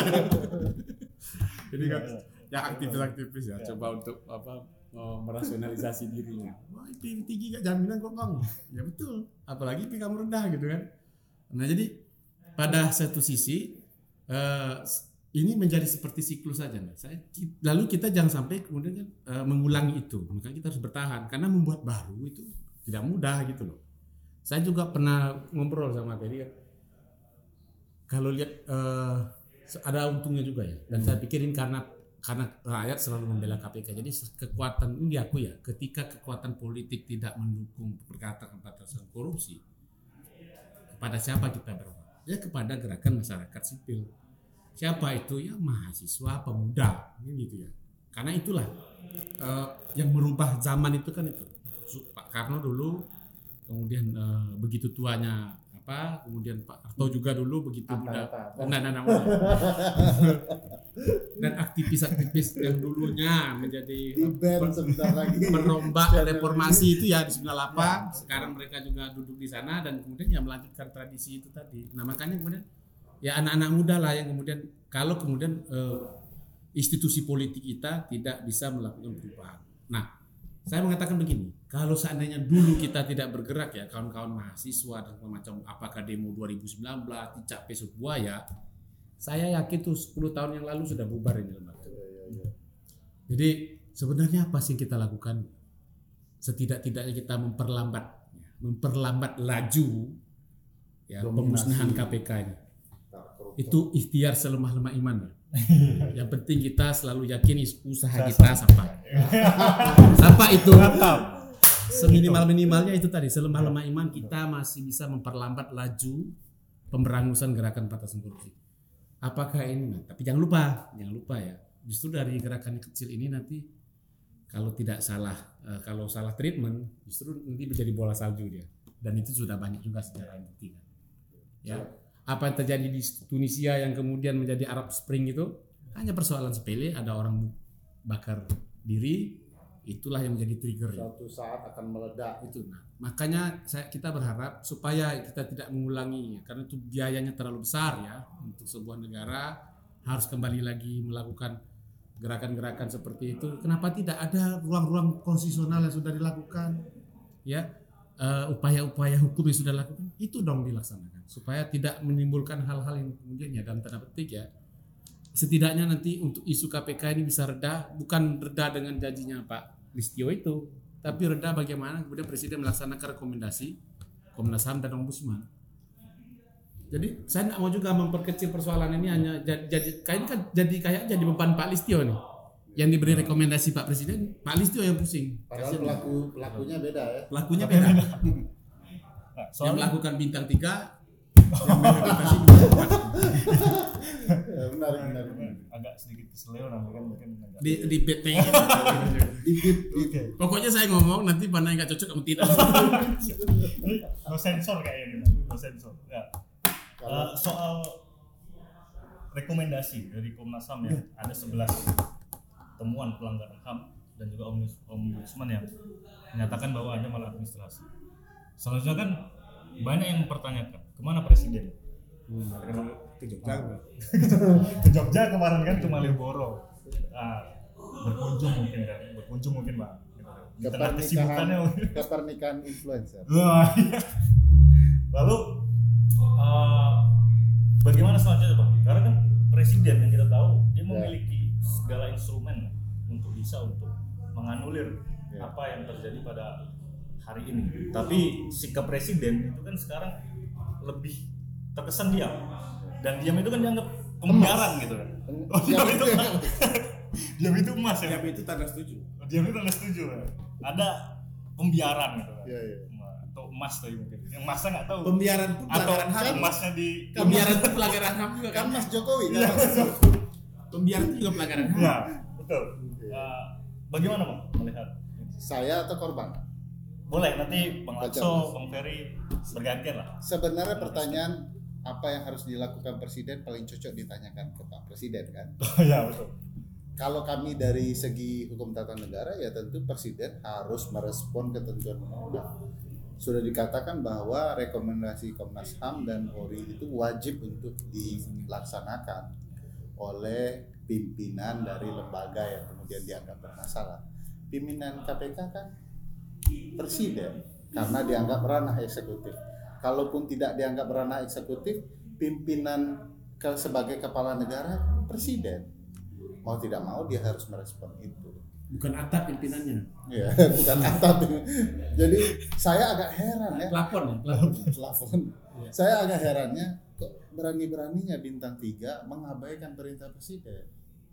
Jadi kan yang aktivis-aktivis ya coba untuk merasionalisasi dirinya. Wah, IP tinggi gak jaminan kok Bang. Ya betul. Apalagi IP kamu rendah gitu kan. Nah jadi pada satu sisi ini menjadi seperti siklus saja. Lalu kita jangan sampai kemudian mengulangi itu. Maka kita harus bertahan karena membuat baru itu tidak mudah gitu loh. Saya juga pernah ngobrol sama Ferry. Kalau lihat ada untungnya juga ya. Dan saya pikirin karena rakyat selalu membela KPK. Jadi kekuatan ini aku ya. Ketika kekuatan politik tidak mendukung pemberantasan korupsi, kepada siapa kita berharap? Ya kepada gerakan masyarakat sipil. Siapa itu? Ya mahasiswa, pemuda, gitu ya. Karena itulah yang merubah zaman itu kan itu. Pak Karno dulu, kemudian begitu tuanya kemudian Pak Harto juga dulu begitu muda. Dan aktivis-aktivis yang dulunya menjadi perombak reformasi itu ya di 98, sekarang mereka juga duduk di sana dan kemudian ya melanjutkan tradisi itu tadi. Nah makanya kemudian ya anak-anak muda lah yang kemudian kalau kemudian institusi politik kita tidak bisa melakukan perubahan. Nah saya mengatakan begini, Kalau seandainya dulu kita tidak bergerak ya, kawan-kawan mahasiswa dan macam apakah demo 2019 dicap besok buaya, saya yakin tuh 10 tahun yang lalu sudah bubar ini lembaga. Jadi sebenarnya apa sih yang kita lakukan? Setidak-tidaknya kita memperlambat laju ya pemusnahan KPK ini. Itu ikhtiar selemah-lemah iman ya. Yang penting kita selalu yakin usaha kita sampai. Apa itu? Seminimal-minimalnya itu tadi, selemah-lemah iman kita masih bisa memperlambat laju pemberangusan gerakan pemberantasan korupsi. Apakah ini? Tapi jangan lupa ya. Justru dari gerakan kecil ini nanti kalau tidak salah, kalau salah treatment, justru nanti menjadi bola salju dia. Dan itu sudah banyak juga sejarah yang buktikan. Ya. Apa yang terjadi di Tunisia yang kemudian menjadi Arab Spring itu hanya persoalan sepele, ada orang bakar diri, itulah yang menjadi trigger. Suatu saat akan meledak itu. Nah, makanya kita berharap supaya kita tidak mengulangi, karena itu biayanya terlalu besar ya untuk sebuah negara harus kembali lagi melakukan gerakan-gerakan seperti itu. Kenapa tidak ada ruang-ruang konstitusional yang sudah dilakukan, ya upaya-upaya hukum yang sudah dilakukan itu dong dilaksanakan supaya tidak menimbulkan hal-hal yang kemudian ya dalam tanda petik ya. Setidaknya nanti untuk isu KPK ini bisa reda, bukan reda dengan janjinya Pak Listio itu, tapi reda bagaimana kemudian Presiden melaksanakan rekomendasi Komnas HAM dan Ombudsman. Jadi saya tidak mau juga memperkecil persoalan ini hanya jadi beban Pak Listio nih. Yang diberi rekomendasi Pak Presiden, Pak Listio yang pusing. Padahal pelakunya beda ya. Pelakunya beda. Nah, Yang melakukan bintang 3 yang Benar. agak sedikit keseleo namanya kan mungkin agak di PT. Oke. Pokoknya saya ngomong nanti mana yang nggak cocok kamu tidak. Ini no sensor kayaknya no sensor. Ya. Soal rekomendasi dari Komnas HAM ya, ada 11 temuan pelanggaran HAM dan juga Ombudsman yang menyatakan bahwa ada maladministrasi. Selanjutnya kan banyak yang mempertanyakan kemana Presiden? Ke Jogja. Ke Jogja kemarin kan ke Malioboro. Berkunjung mungkin Pak. Di tengah kesibukannya. Kepernikahan influencer. Wah, iya. Lalu bagaimana selanjutnya Pak? Karena kan Presiden yang kita tahu dia memiliki segala instrumen untuk menganulir apa yang terjadi pada hari ini. Tapi sikap Presiden itu kan sekarang lebih terkesan diam. Dan diam itu kan dianggap pembiaran gitu kan. Diam itu emas ya. Diam itu tanda setuju. Diam itu tanda setuju ya. Ada pembiaran gitu kan. Iya. Atau emas tadi mungkin. Yang emasnya nggak tahu. Pembiaran itu Atau pelanggaran HAM. emasnya di Pembiaran itu pelanggaran HAM juga Kan Mas Jokowi Iya. Pembiaran itu juga pelanggaran HAM. Ya, betul. Bagaimana Bang melihat? saya atau korban? Boleh nanti Bang Lakso, Bang Ferry bergantian lah. Sebenarnya pertanyaan apa yang harus dilakukan Presiden paling cocok ditanyakan ke Pak Presiden kan. Ya betul. Kalau kami dari segi hukum tata negara ya tentu Presiden harus merespon ketentuan undang-undang. Sudah dikatakan bahwa rekomendasi Komnas HAM dan Polri itu wajib untuk dilaksanakan oleh pimpinan dari lembaga yang kemudian dianggap bermasalah. Pimpinan KPK kan Presiden karena dianggap ranah eksekutif. Kalaupun tidak dianggap ranah eksekutif, pimpinan sebagai kepala negara Presiden. Mau tidak mau dia harus merespon itu. Bukan atap pimpinannya. Ya, bukan atap. Jadi saya agak heran ya. Plafon. Plafon. Saya agak herannya kok berani-beraninya bintang 3 mengabaikan perintah Presiden.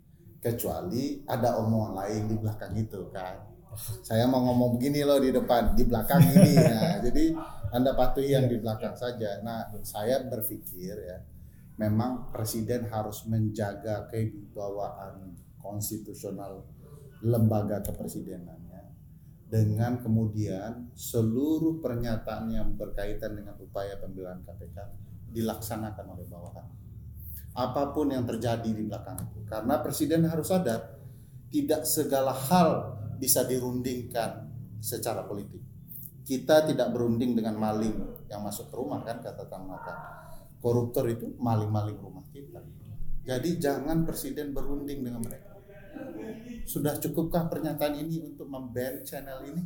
Kecuali ada omongan lain di belakang itu kan. Saya mau ngomong begini loh di depan, di belakang ini ya. Jadi Anda patuhi yang di belakang saja. Nah, saya berpikir ya, memang Presiden harus menjaga kewibawaan konstitusional lembaga kepresidenannya dengan kemudian seluruh pernyataan yang berkaitan dengan upaya pembelaan KPK dilaksanakan oleh bawahan. Apapun yang terjadi di belakang itu. Karena Presiden harus sadar tidak segala hal bisa dirundingkan secara politik. Kita tidak berunding dengan maling yang masuk ke rumah kan, kata Kang Maka. Koruptor itu maling-maling rumah kita. Jadi jangan Presiden berunding dengan mereka. Sudah cukupkah pernyataan ini untuk memban channel ini?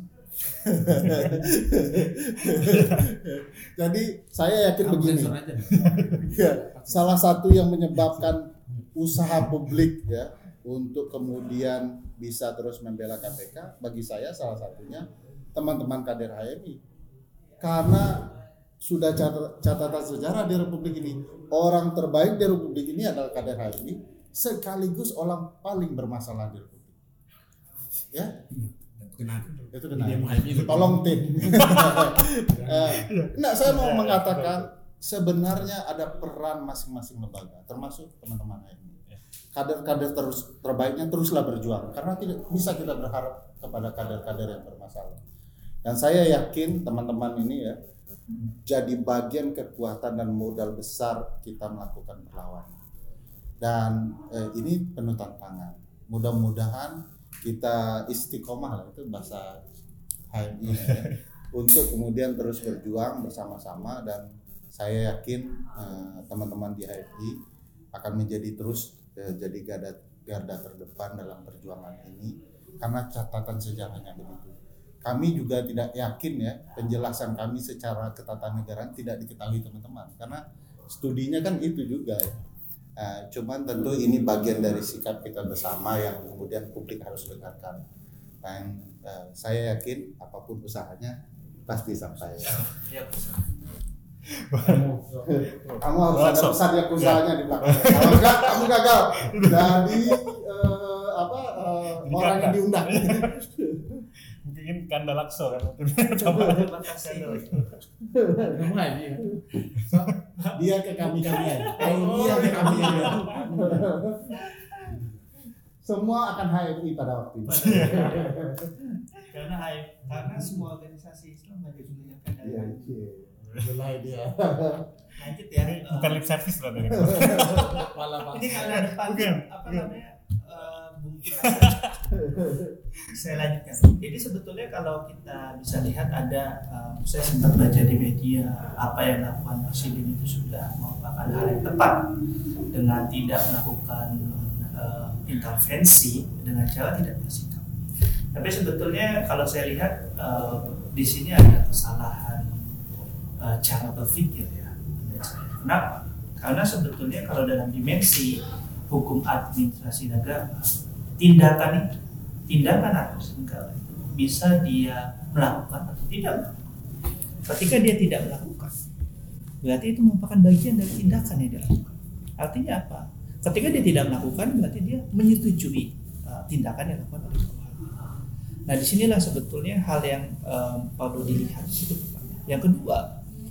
Jadi saya yakin begini. Ya, salah satu yang menyebabkan usaha publik ya untuk kemudian bisa terus membela KPK, bagi saya salah satunya teman-teman kader HMI. Karena sudah catatan sejarah di Republik ini, orang terbaik di Republik ini adalah kader HMI, sekaligus orang paling bermasalah di Republik. Ya, itu benar. Tolong tim. Nah, saya mau mengatakan sebenarnya ada peran masing-masing lembaga, termasuk teman-teman HMI. Kader-kader terbaiknya teruslah berjuang, karena tidak bisa kita berharap kepada kader-kader yang bermasalah. Dan saya yakin teman-teman ini ya jadi bagian kekuatan dan modal besar kita melakukan perlawanan. Dan ini penuh tantangan. Mudah-mudahan kita istiqomah lah, itu bahasa HMI ya, untuk kemudian terus berjuang bersama-sama. Dan saya yakin teman-teman di HMI akan menjadi terus jadi garda terdepan dalam perjuangan ini, karena catatan sejarahnya begitu. Kami juga tidak yakin ya penjelasan kami secara ketatanegaraan tidak diketahui teman-teman, karena studinya kan itu juga ya. Cuman tentu ini bagian dari sikap kita bersama yang kemudian publik harus dengarkan. Dan saya yakin apapun usahanya pasti sampai. Ya. Kamu harus ada pesan yang usahanya di belakang. Kalau enggak kamu gagal. Jadi orang yang diundang. Mungkin Kanda Lakso kan. Dia ke kami. Dia ke kami. Semua akan HMI pada waktu itu. Karena semua organisasi Islam ada digunakan dalam. Mulai dia. Lanjut ya. Bukan lip service berarti. Ini kalau depan apa namanya? Mungkin saya lanjutkan. Jadi sebetulnya kalau kita bisa lihat ada, saya sempat baca di media apa yang dilakukan Presiden itu sudah merupakan hal yang tepat dengan tidak melakukan intervensi dengan cara tidak bersikap. Tapi sebetulnya kalau saya lihat di sini ada kesalahan cara berpikir ya. Kenapa? Karena sebetulnya kalau dalam dimensi hukum administrasi negara, tindakan administrasi negara itu bisa dia melakukan atau tidak. Ketika dia tidak melakukan, berarti itu merupakan bagian dari tindakan yang dilakukan. Artinya apa? Ketika dia tidak melakukan, berarti dia menyetujui tindakan yang dilakukan oleh Tuhan. Nah, disinilah sebetulnya hal yang perlu dilihat. Itu pertama. Yang kedua,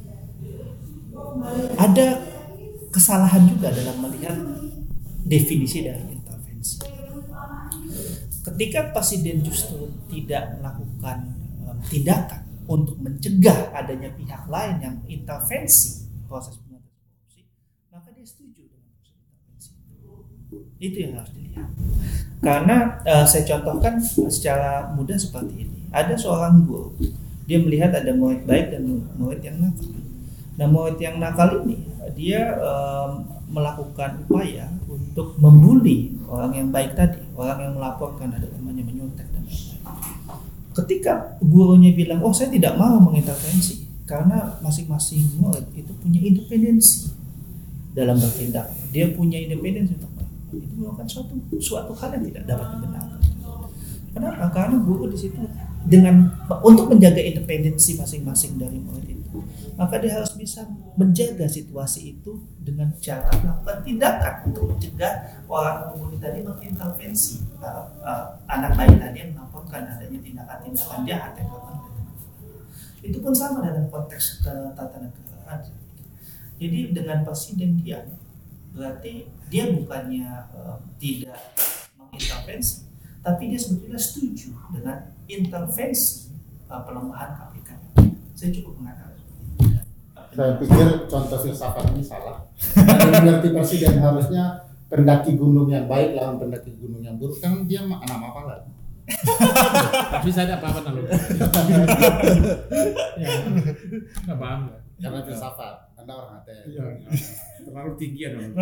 ada kesalahan juga dalam melihat definisi dari intervensi. Ketika Presiden justru tidak melakukan tindakan untuk mencegah adanya pihak lain yang intervensi proses pemberantasan korupsi, maka dia setuju dengan proses intervensi. Itu yang harus dilihat. Karena saya contohkan secara mudah seperti ini. Ada seorang guru, dia melihat ada murid baik dan murid yang nakal. Nah, murid yang nakal ini dia melakukan upaya untuk membuli orang yang baik tadi, orang yang melaporkan ada temannya menyontek dan lain-lain. Ketika gurunya bilang, oh saya tidak mau mengintervensi karena masing-masing murid itu punya independensi dalam bertindak, dia punya independensi untuk melakukan, itu merupakan suatu hal yang tidak dapat dibenarkan. Kenapa? Karena guru di situ untuk menjaga independensi masing-masing dari murid itu, maka dia harus bisa menjaga situasi itu dengan cara melakukan tindakan untuk mencegah orang penghuni tadi mengintervensi anak bayi tadi yang melaporkan adanya tindakan-tindakan jahat yang dilakukan. Itu pun sama dalam konteks ketatanegaraan. Jadi dengan Presiden diam, berarti dia bukannya tidak mengintervensi, tapi dia sebetulnya setuju dengan intervensi pelemahan KPK. Saya cukup mengatakan. Saya pikir contoh filsafat ini salah. Ada mengerti Presiden harusnya pendaki gunung yang baik lawan pendaki gunung yang buruk, kan dia anak mapalan. Tapi saya tidak paham lalu. Ya, nggak paham. Karena filsafat. Anda orang ATM. Iya. Terlalu tinggi ya dong.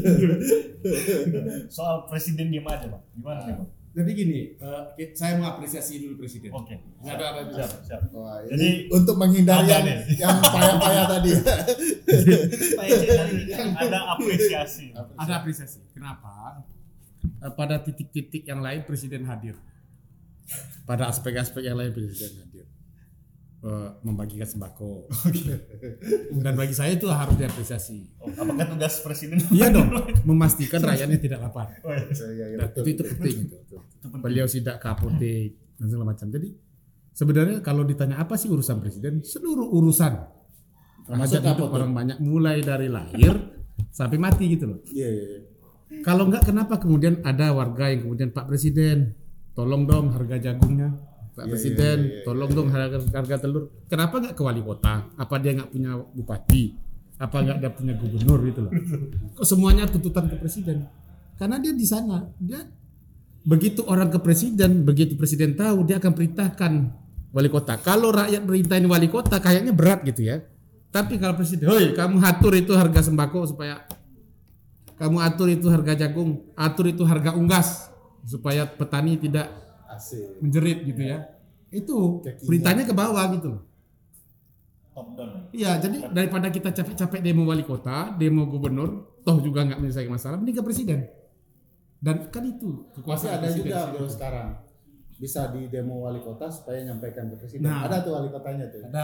Soal presiden diam aja Bang, gimana nih Bang? Jadi gini, saya mau apresiasi dulu presiden. Oke, Ada siap. Wah, Jadi, ini untuk menghindari ada yang, nih. yang payah-payah tadi. Pak Ece kali ini kan ada apresiasi. Ada apresiasi. Kenapa? Pada titik-titik yang lain presiden hadir. Pada aspek-aspek yang lain presiden hadir. Membagikan sembako. Dan bagi saya itu harus diapresiasi. Oh, apakah tugas presiden? Iya dong, memastikan rakyatnya tidak lapar. Iya, Dan betul. itu penting. Itu penting. Beliau sidak ke apotek dan segala macam. Jadi sebenarnya kalau ditanya apa sih urusan presiden, seluruh urusan hajat hidup apotek. orang banyak mulai dari lahir sampai mati gitu loh. Iya. Kalau enggak, kenapa kemudian ada warga yang kemudian Pak Presiden tolong dong harga jagungnya, Pak Iya, Presiden iya. tolong dong harga telur. Kenapa enggak ke wali kota? Apa dia enggak punya bupati? Apa enggak dia punya gubernur gitu loh? Kok semuanya tuntutan ke presiden? Karena dia di sana, dia begitu orang ke presiden, begitu presiden tahu dia akan perintahkan wali kota. Kalau rakyat perintahin wali kota kayaknya berat gitu ya. Tapi kalau presiden, "Hoi, kamu atur itu harga sembako supaya kamu atur itu harga jagung, atur itu harga unggas supaya petani tidak Asik. menjerit gitu ya." Itu Kekinian. perintahnya ke bawah gitu loh. Top down. Iya, jadi daripada kita capek-capek demo wali kota, demo gubernur, toh juga nggak menyelesaikan masalah, mending ke presiden. Dan kan itu Masih kekuasaan ada presiden. juga bro sekarang. Bisa di demo wali kota supaya nyampaikan ke presiden. Nah. Ada tuh wali kotanya tuh. Ada.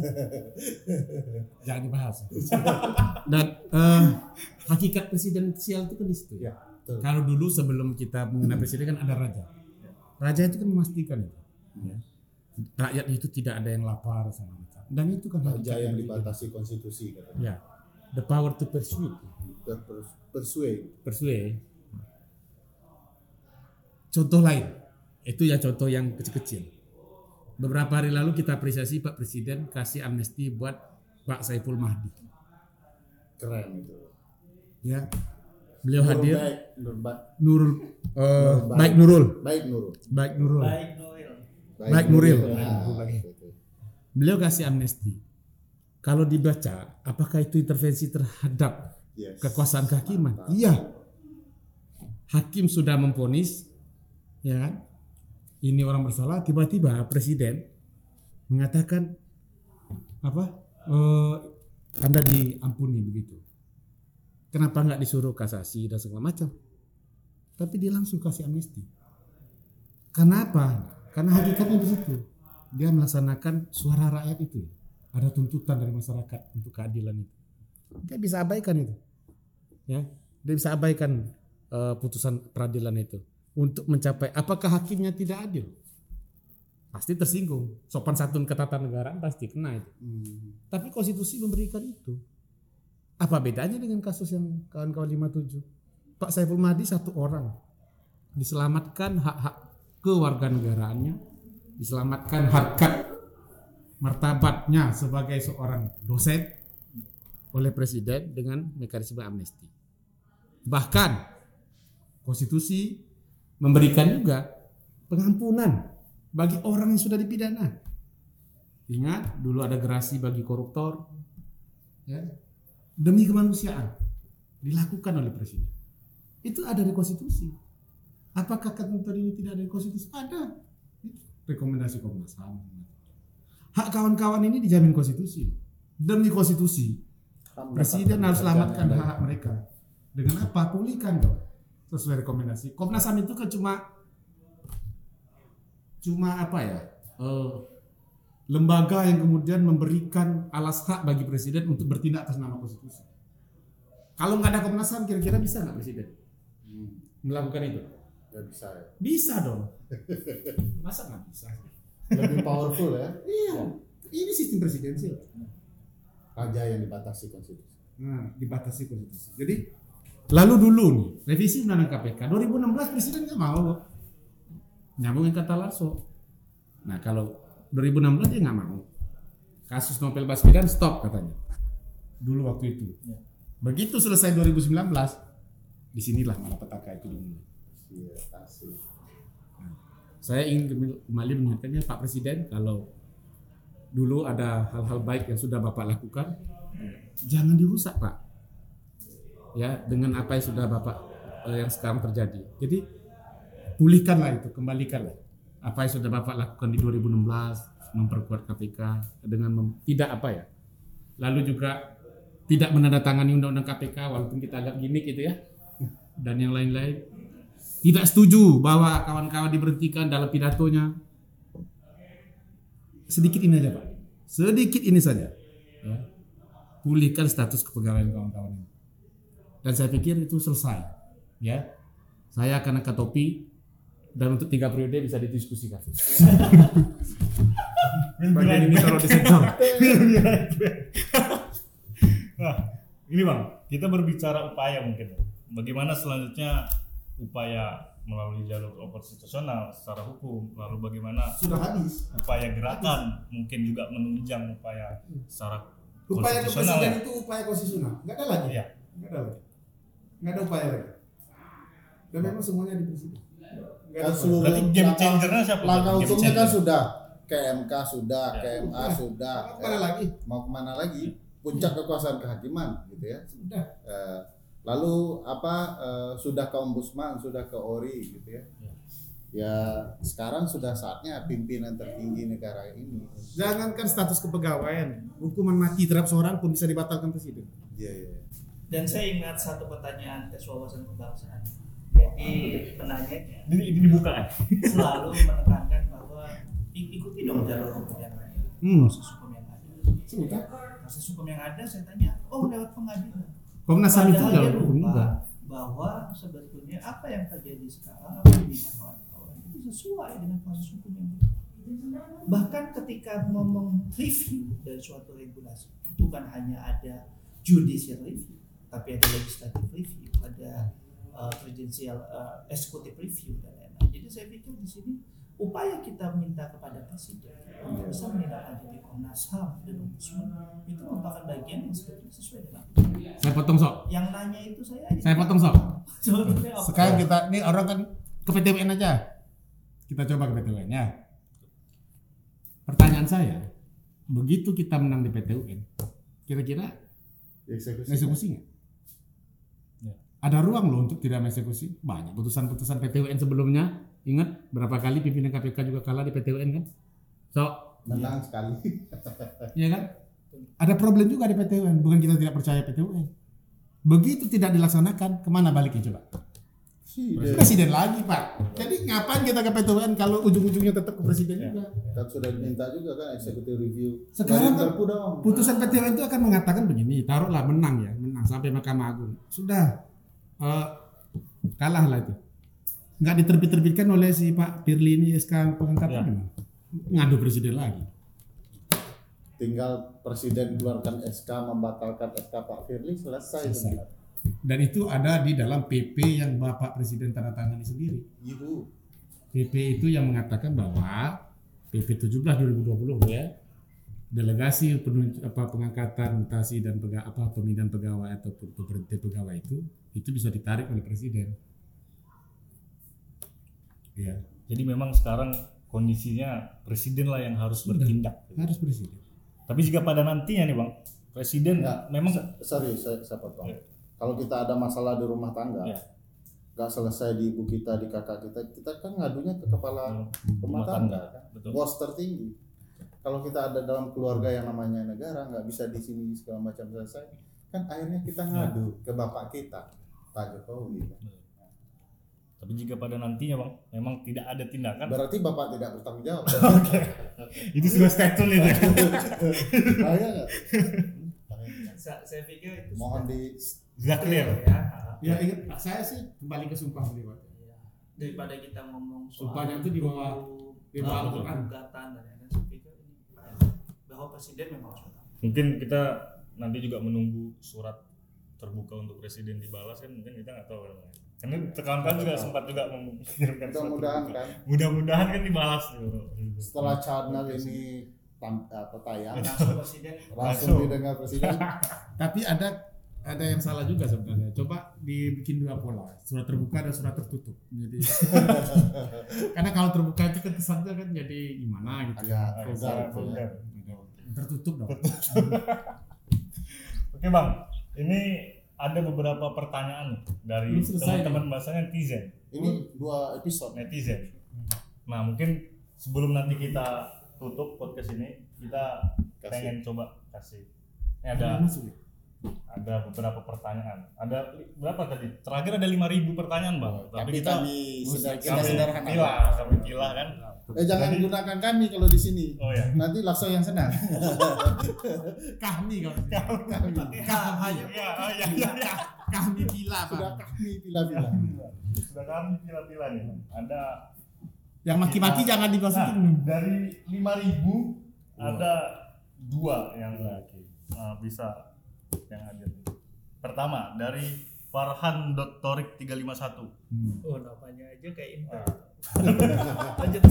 Jangan dibahas. Dan hakikat presidensial itu kan di situ. Ya, betul. Kalau dulu sebelum kita mengenal presiden kan ada raja. Raja itu kan memastikan itu. Ya. Rakyat itu tidak ada yang lapar sama macam. Dan itu kan Raja hakikat yang presiden. dibatasi konstitusi katanya. Ya. The power to persuade. Persuade. Contoh lain. Itu ya contoh yang kecil-kecil. Beberapa hari lalu kita apresiasi Pak Presiden kasih amnesti buat Pak Saiful Mahdi. Keren itu. Ya. Beliau hadir. Nurul Baik Nurul. Baik Nurul. Baik Nurul. Baik Noel. Baik Nuril. Nah, Lagi. itu. Beliau kasih amnesti. Kalau dibaca, apakah itu intervensi terhadap Yes. kekuasaan kehakiman? Iya. Hakim sudah memvonis, ya kan? Ini orang bersalah. Tiba-tiba presiden mengatakan apa? Anda diampuni begitu. Kenapa nggak disuruh kasasi dan segala macam? Tapi dia langsung kasih amnesti. Kenapa? Karena hakikatnya di situ. Dia melaksanakan suara rakyat itu. Ada tuntutan dari masyarakat untuk keadilan itu. Dia bisa abaikan itu. Ya, dia bisa abaikan putusan peradilan itu untuk mencapai apakah hakimnya tidak adil? Pasti tersinggung. Sopan santun ketatanegaraan pasti kena itu. Tapi konstitusi memberikan itu. Apa bedanya dengan kasus yang kawan-kawan 57? Pak Saiful Mahdi satu orang diselamatkan hak-hak kewarganegaraannya, diselamatkan harkat martabatnya sebagai seorang dosen oleh presiden dengan mekanisme amnesti. Bahkan konstitusi memberikan juga pengampunan bagi orang yang sudah dipidana. Ingat dulu ada gerasi bagi koruptor, ya, demi kemanusiaan dilakukan oleh presiden. Itu ada di konstitusi. Apakah ketentuan ini tidak ada di konstitusi? Ada. Rekomendasi Komnas HAM. Hak kawan-kawan ini dijamin konstitusi. Demi konstitusi, presiden harus selamatkan hak mereka. Dengan apa? Pulihkan dong. Sesuai rekomendasi. Komnas HAM itu kan cuma apa ya? Lembaga yang kemudian memberikan alas hak bagi presiden untuk bertindak atas nama konstitusi. Kalau nggak ada Komnas HAM, kira-kira bisa nggak presiden melakukan itu? Nggak bisa ya. Bisa dong. Masa nggak bisa? Lebih powerful ya. Iya. Ini sistem presidensial. Raja yang dibatasi konstitusi. Nah, dibatasi konstitusi. Jadi lalu dulu nih revisi undang-undang KPK 2016 presiden nggak mau loh. Nyambungin kata Larso. Nah kalau 2016 dia nggak mau. Kasus Novel Baswedan stop katanya. Dulu waktu itu. Begitu selesai 2019, disinilah malapetaka itu dimulai. Iya, asik. Saya ingin kembali mengingatkannya Pak Presiden, kalau dulu ada hal-hal baik yang sudah Bapak lakukan, jangan dirusak Pak. Ya, dengan apa yang sudah Bapak yang sekarang terjadi. Jadi pulihkanlah itu, kembalikanlah apa yang sudah Bapak lakukan di 2016, memperkuat KPK dengan tidak apa ya. Lalu juga tidak menandatangani undang-undang KPK walaupun kita agak gimmick gitu ya. Dan yang lain-lain. Tidak setuju bahwa kawan-kawan diberhentikan dalam pidatonya. Sedikit ini aja Pak. Sedikit ini saja. Ya. Pulihkan status kepegawaian kawan-kawan ini. Dan saya pikir itu selesai. Ya. Saya akan angkat topi dan untuk 3 periode bisa didiskusikan. Bagian ini kalau disensor. Nah, ini Bang, kita berbicara upaya mungkin. Bagaimana selanjutnya upaya melalui jalur konstitusional secara hukum, lalu bagaimana Sudah habis. upaya gerakan mungkin juga menunjang upaya secara Upaya konstitusional. kepresiden itu upaya konstitusional. Enggak ada lagi. Iya. Enggak ada lagi. Enggak ada upaya lagi. Dan memang semuanya di presiden. Enggak ada Kan seluruh Berarti game changernya siapa? langkah Game hukumnya kan changer. sudah, KMK sudah, Ya. KMA sudah, Mana lagi? mau kemana lagi? Puncak kekuasaan kehakiman, gitu ya. Sudah. Lalu sudah ke ombudsman, sudah ke ORI, gitu ya. Ya sekarang sudah saatnya pimpinan tertinggi negara ini. Jangankan status kepegawaian, hukuman mati terhadap seorang pun bisa dibatalkan presiden. Iya. Dan saya ingat satu pertanyaan tes wawasan kebangsaan. Jadi penanyanya Ini dibuka kan? selalu menekankan bahwa ikuti dong jalur hukum yang ada, proses hukum yang ada. Sudah. Proses hukum yang ada saya tanya, lewat pengadilan. Komnas HAM itu Padahal adalah dia hukum lupa juga. bahwa sebetulnya apa yang terjadi sekarang, apa yang diminta kawan-kawan itu sesuai dengan proses hukum yang ada. Bahkan ketika ngomong review dari suatu regulasi, bukan hanya ada judicial review, tapi ada legislative review, ada presidensial executive review dan lain-lain. Jadi saya pikir di sini upaya kita minta kepada presiden untuk bisa menindaklanjuti Komnas HAM dan Ombudsman itu merupakan bagian yang sebetulnya sesuai dengan Saya potong sok. yang nanya itu saya aja. Saya potong sok. Sebetulnya apa? Sekarang kita ini orang kan ke PTWN aja. Kita coba ke PTWN ya. Pertanyaan saya, begitu kita menang di PTWN, kira-kira eksekusi nggak? Ya. Ada ruang loh untuk tidak mengeksekusi. Banyak putusan-putusan PTWN sebelumnya. Ingat berapa kali pimpinan KPK juga kalah di PTWN kan? So, Menang sekali. iya kan? Ada problem juga di PTWN. Bukan kita tidak percaya PTWN. Begitu tidak dilaksanakan, kemana baliknya coba? Presiden lagi Pak. Jadi ngapain kita ke PTWN kalau ujung-ujungnya tetap ke presiden juga? Kan sudah diminta juga kan executive review. Sekarang kan Perpu dong. putusan PTWN itu akan mengatakan begini, taruhlah menang sampai Mahkamah Agung. Sudah kalah lah itu. Nggak diterbit-terbitkan oleh si Pak Firly ini SK pengangkatan gimana? Ngadu presiden lagi. Tinggal presiden keluarkan SK membatalkan SK Pak Firly selesai. Dan itu ada di dalam PP yang Bapak Presiden tanda tangani sendiri. Ibu. PP itu yang mengatakan bahwa PP 17 2020 ya. Delegasi pengangkatan, mutasi dan pemindahan pegawai atau pemberhentian pegawai itu bisa ditarik oleh presiden. Ya. Jadi memang sekarang kondisinya presiden lah yang harus bertindak. Harus presiden. Tapi jika pada nantinya nih Bang, presiden memang Sorry, saya potong. Ya. Kalau kita ada masalah di rumah tangga, Ya. nggak selesai di ibu kita, di kakak kita kan ngadunya ke kepala rumah tangga, kan? Betul. Bos tertinggi. Kalau kita ada dalam keluarga yang namanya negara, nggak bisa di sini segala macam selesai, kan akhirnya kita ngadu ke bapak kita, Pak Jokowi. Tapi jika pada nantinya Bang, memang tidak ada tindakan, Berarti bapak tidak bertanggung jawab. itu sudah statement itu. Bahaya nggak? Saya pikir itu Mohon di Sudah clear. Ya ingat saya sih kembali ke sumpah beliau. daripada kita ngomong soal Sumpahnya itu di bawah Al-Quran. gugatan dan lain-lain, saya pikir ini bahwa presiden memang harus bertanggung. Mungkin kita nanti juga menunggu surat terbuka untuk presiden dibalas kan, mungkin kita nggak tahu namanya. Karena kawan-kawan juga sempat juga mengirimkan surat mudah-mudahan terbuka. kan Mudah-mudahan kan dibalas gitu. setelah channel ini tayang Presiden langsung didengar presiden. Tapi ada yang salah juga sebenarnya. Coba dibikin dua pola, surat terbuka dan surat tertutup. Jadi karena kalau terbuka itu kan kesannya kan jadi gimana gitu. Agak vulgar Sangat itu ya. vulgar. Tertutup dong. Oke Bang, ini ada beberapa pertanyaan dari Belum selesai teman-teman bahasanya Ini 2 episode. netizen. Nah mungkin sebelum nanti kita tutup podcast ini, kita pengen coba kasih. Ini ada beberapa pertanyaan. Ada berapa tadi? Terakhir ada 5.000 pertanyaan Bang. Tapi kami sederhana. Kami pilah kan. Jangan gunakan kami kalau di sini. Oh ya. Nanti langsung yang senang. Kami kalau Kami. kami bila Sudah kami pilih-pilih. Sudah kami pilah-pilah nih. Ada yang maki-maki jangan dimasukin. dari 5.000 ada 2 yang bisa yang hadir. Pertama dari Farhan.Torik 351. Oh, namanya aja kayak Intel. Ah. Lanjut.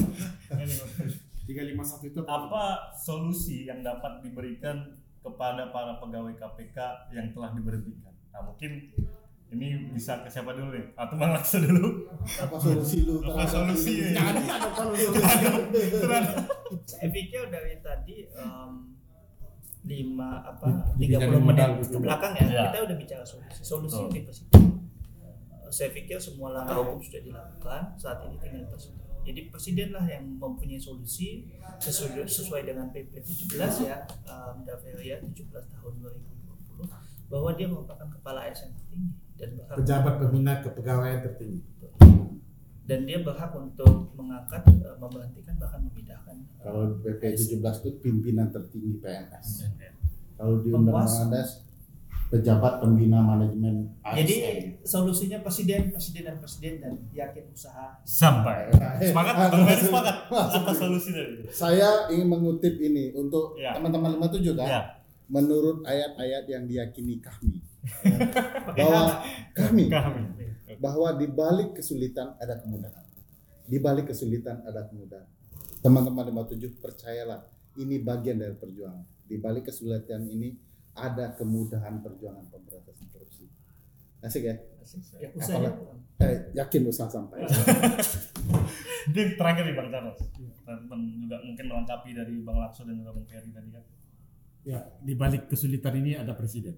351 itu Apa solusi yang dapat diberikan kepada para pegawai KPK yang telah diberhentikan? Nah, mungkin ini bisa ke siapa dulu nih? Atau Bang Lakso dulu? Apa solusi lu? Apa solusi? jangan ada solusi. Saya pikir dari tadi 30 Jangan menit modal ke gitu. belakang ya, Ya. kita udah bicara solusi. Solusi Betul. di presiden. Saya pikir semua langkah hukum sudah dilakukan, saat ini tinggal presiden. Jadi presiden lah yang mempunyai solusi sesuai dengan PP 17 ya, Daveria 17 tahun 2020, bahwa dia merupakan kepala ASN tertinggi dan berhak Pejabat pembina kepegawaian tertinggi. dan dia berhak untuk mengangkat, memberhentikan bahkan memindahkan. Kalau PP 17 itu pimpinan tertinggi PNS. Ya. Kalau di Penguasa. Undang-Undang ASN pejabat pembina manajemen ASN. Jadi solusinya presiden dan yakin usaha. Sampai. Semangat, Bang Ferry semangat. Apa solusi dari itu? Saya ingin mengutip ini untuk Ya. teman-teman 57 kan. Ya. Menurut ayat-ayat yang diyakini kami bahwa kami bahwa di balik kesulitan ada kemudahan. Di balik kesulitan ada kemudahan. Teman-teman 57 percayalah, ini bagian dari perjuangan. Di balik kesulitan ini ada kemudahan perjuangan pemberantasan korupsi. Asik ya? Ya usahanya. Yakin usaha sampai. Mungkin terakhir nih Bang Charles. Teman juga mungkin melengkapi dari Bang Lakso dan juga Bang Ferry tadi kan. Ya, di balik kesulitan ini ada presiden.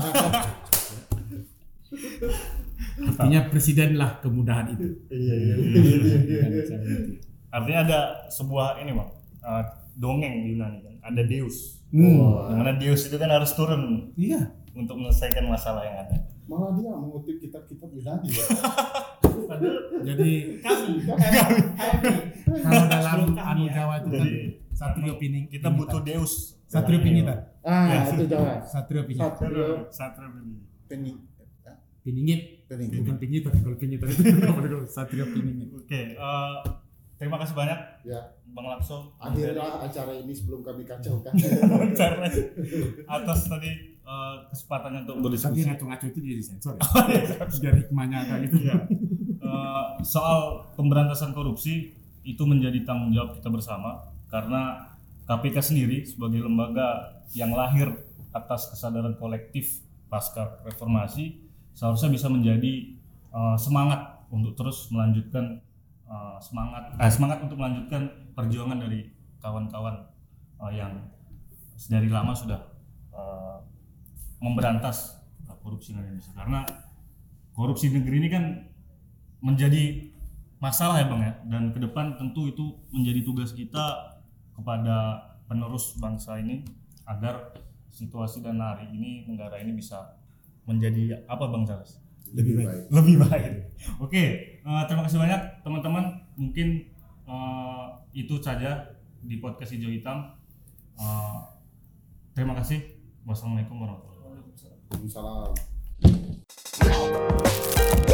Artinya presidenlah kemudahan itu. Iya. Artinya ada sebuah ini Bang, dongeng di Yunani kan. Ada Deus. Dimana Deus itu kan harus turun Iya. untuk menyelesaikan masalah yang ada. Malah dia mengutip kitab-kitab Yunani ya. Jadi Kami. kalau dalam Sebelum kami anu ya. Jawa itu kan Jadi Satrio Pining. kita butuh Deus. Satrio Pinita. Itu Jawa. Satrio Pinita. Satrio Pinita. Piningit. Pening. Bukan Pinita. Kalau Pinita itu kalau Satrio Piningit. Oke, terima kasih banyak Ya, Bang Lakso. akhirnya acara ini sebelum kami kacaukan. Bang Charles atas tadi kesempatannya untuk Tapi berdiskusi. ngaco-ngaco itu jadi sensor ya. Biar hikmahnya ada gitu. Iya. Soal pemberantasan korupsi itu menjadi tanggung jawab kita bersama karena KPK sendiri sebagai lembaga yang lahir atas kesadaran kolektif pasca reformasi seharusnya bisa menjadi semangat untuk terus melanjutkan semangat untuk melanjutkan perjuangan dari kawan-kawan yang dari lama sudah memberantas korupsi di Indonesia, karena korupsi negeri ini kan menjadi masalah ya Bang ya, dan ke depan tentu itu menjadi tugas kita kepada penerus bangsa ini agar situasi dan hari ini negara ini bisa menjadi apa Bang Charles? Lebih baik. Lebih baik. Oke, terima kasih banyak teman-teman. Mungkin itu saja di podcast Hijau Hitam. Terima kasih. Wassalamualaikum warahmatullahi wabarakatuh. Waalaikumsalam.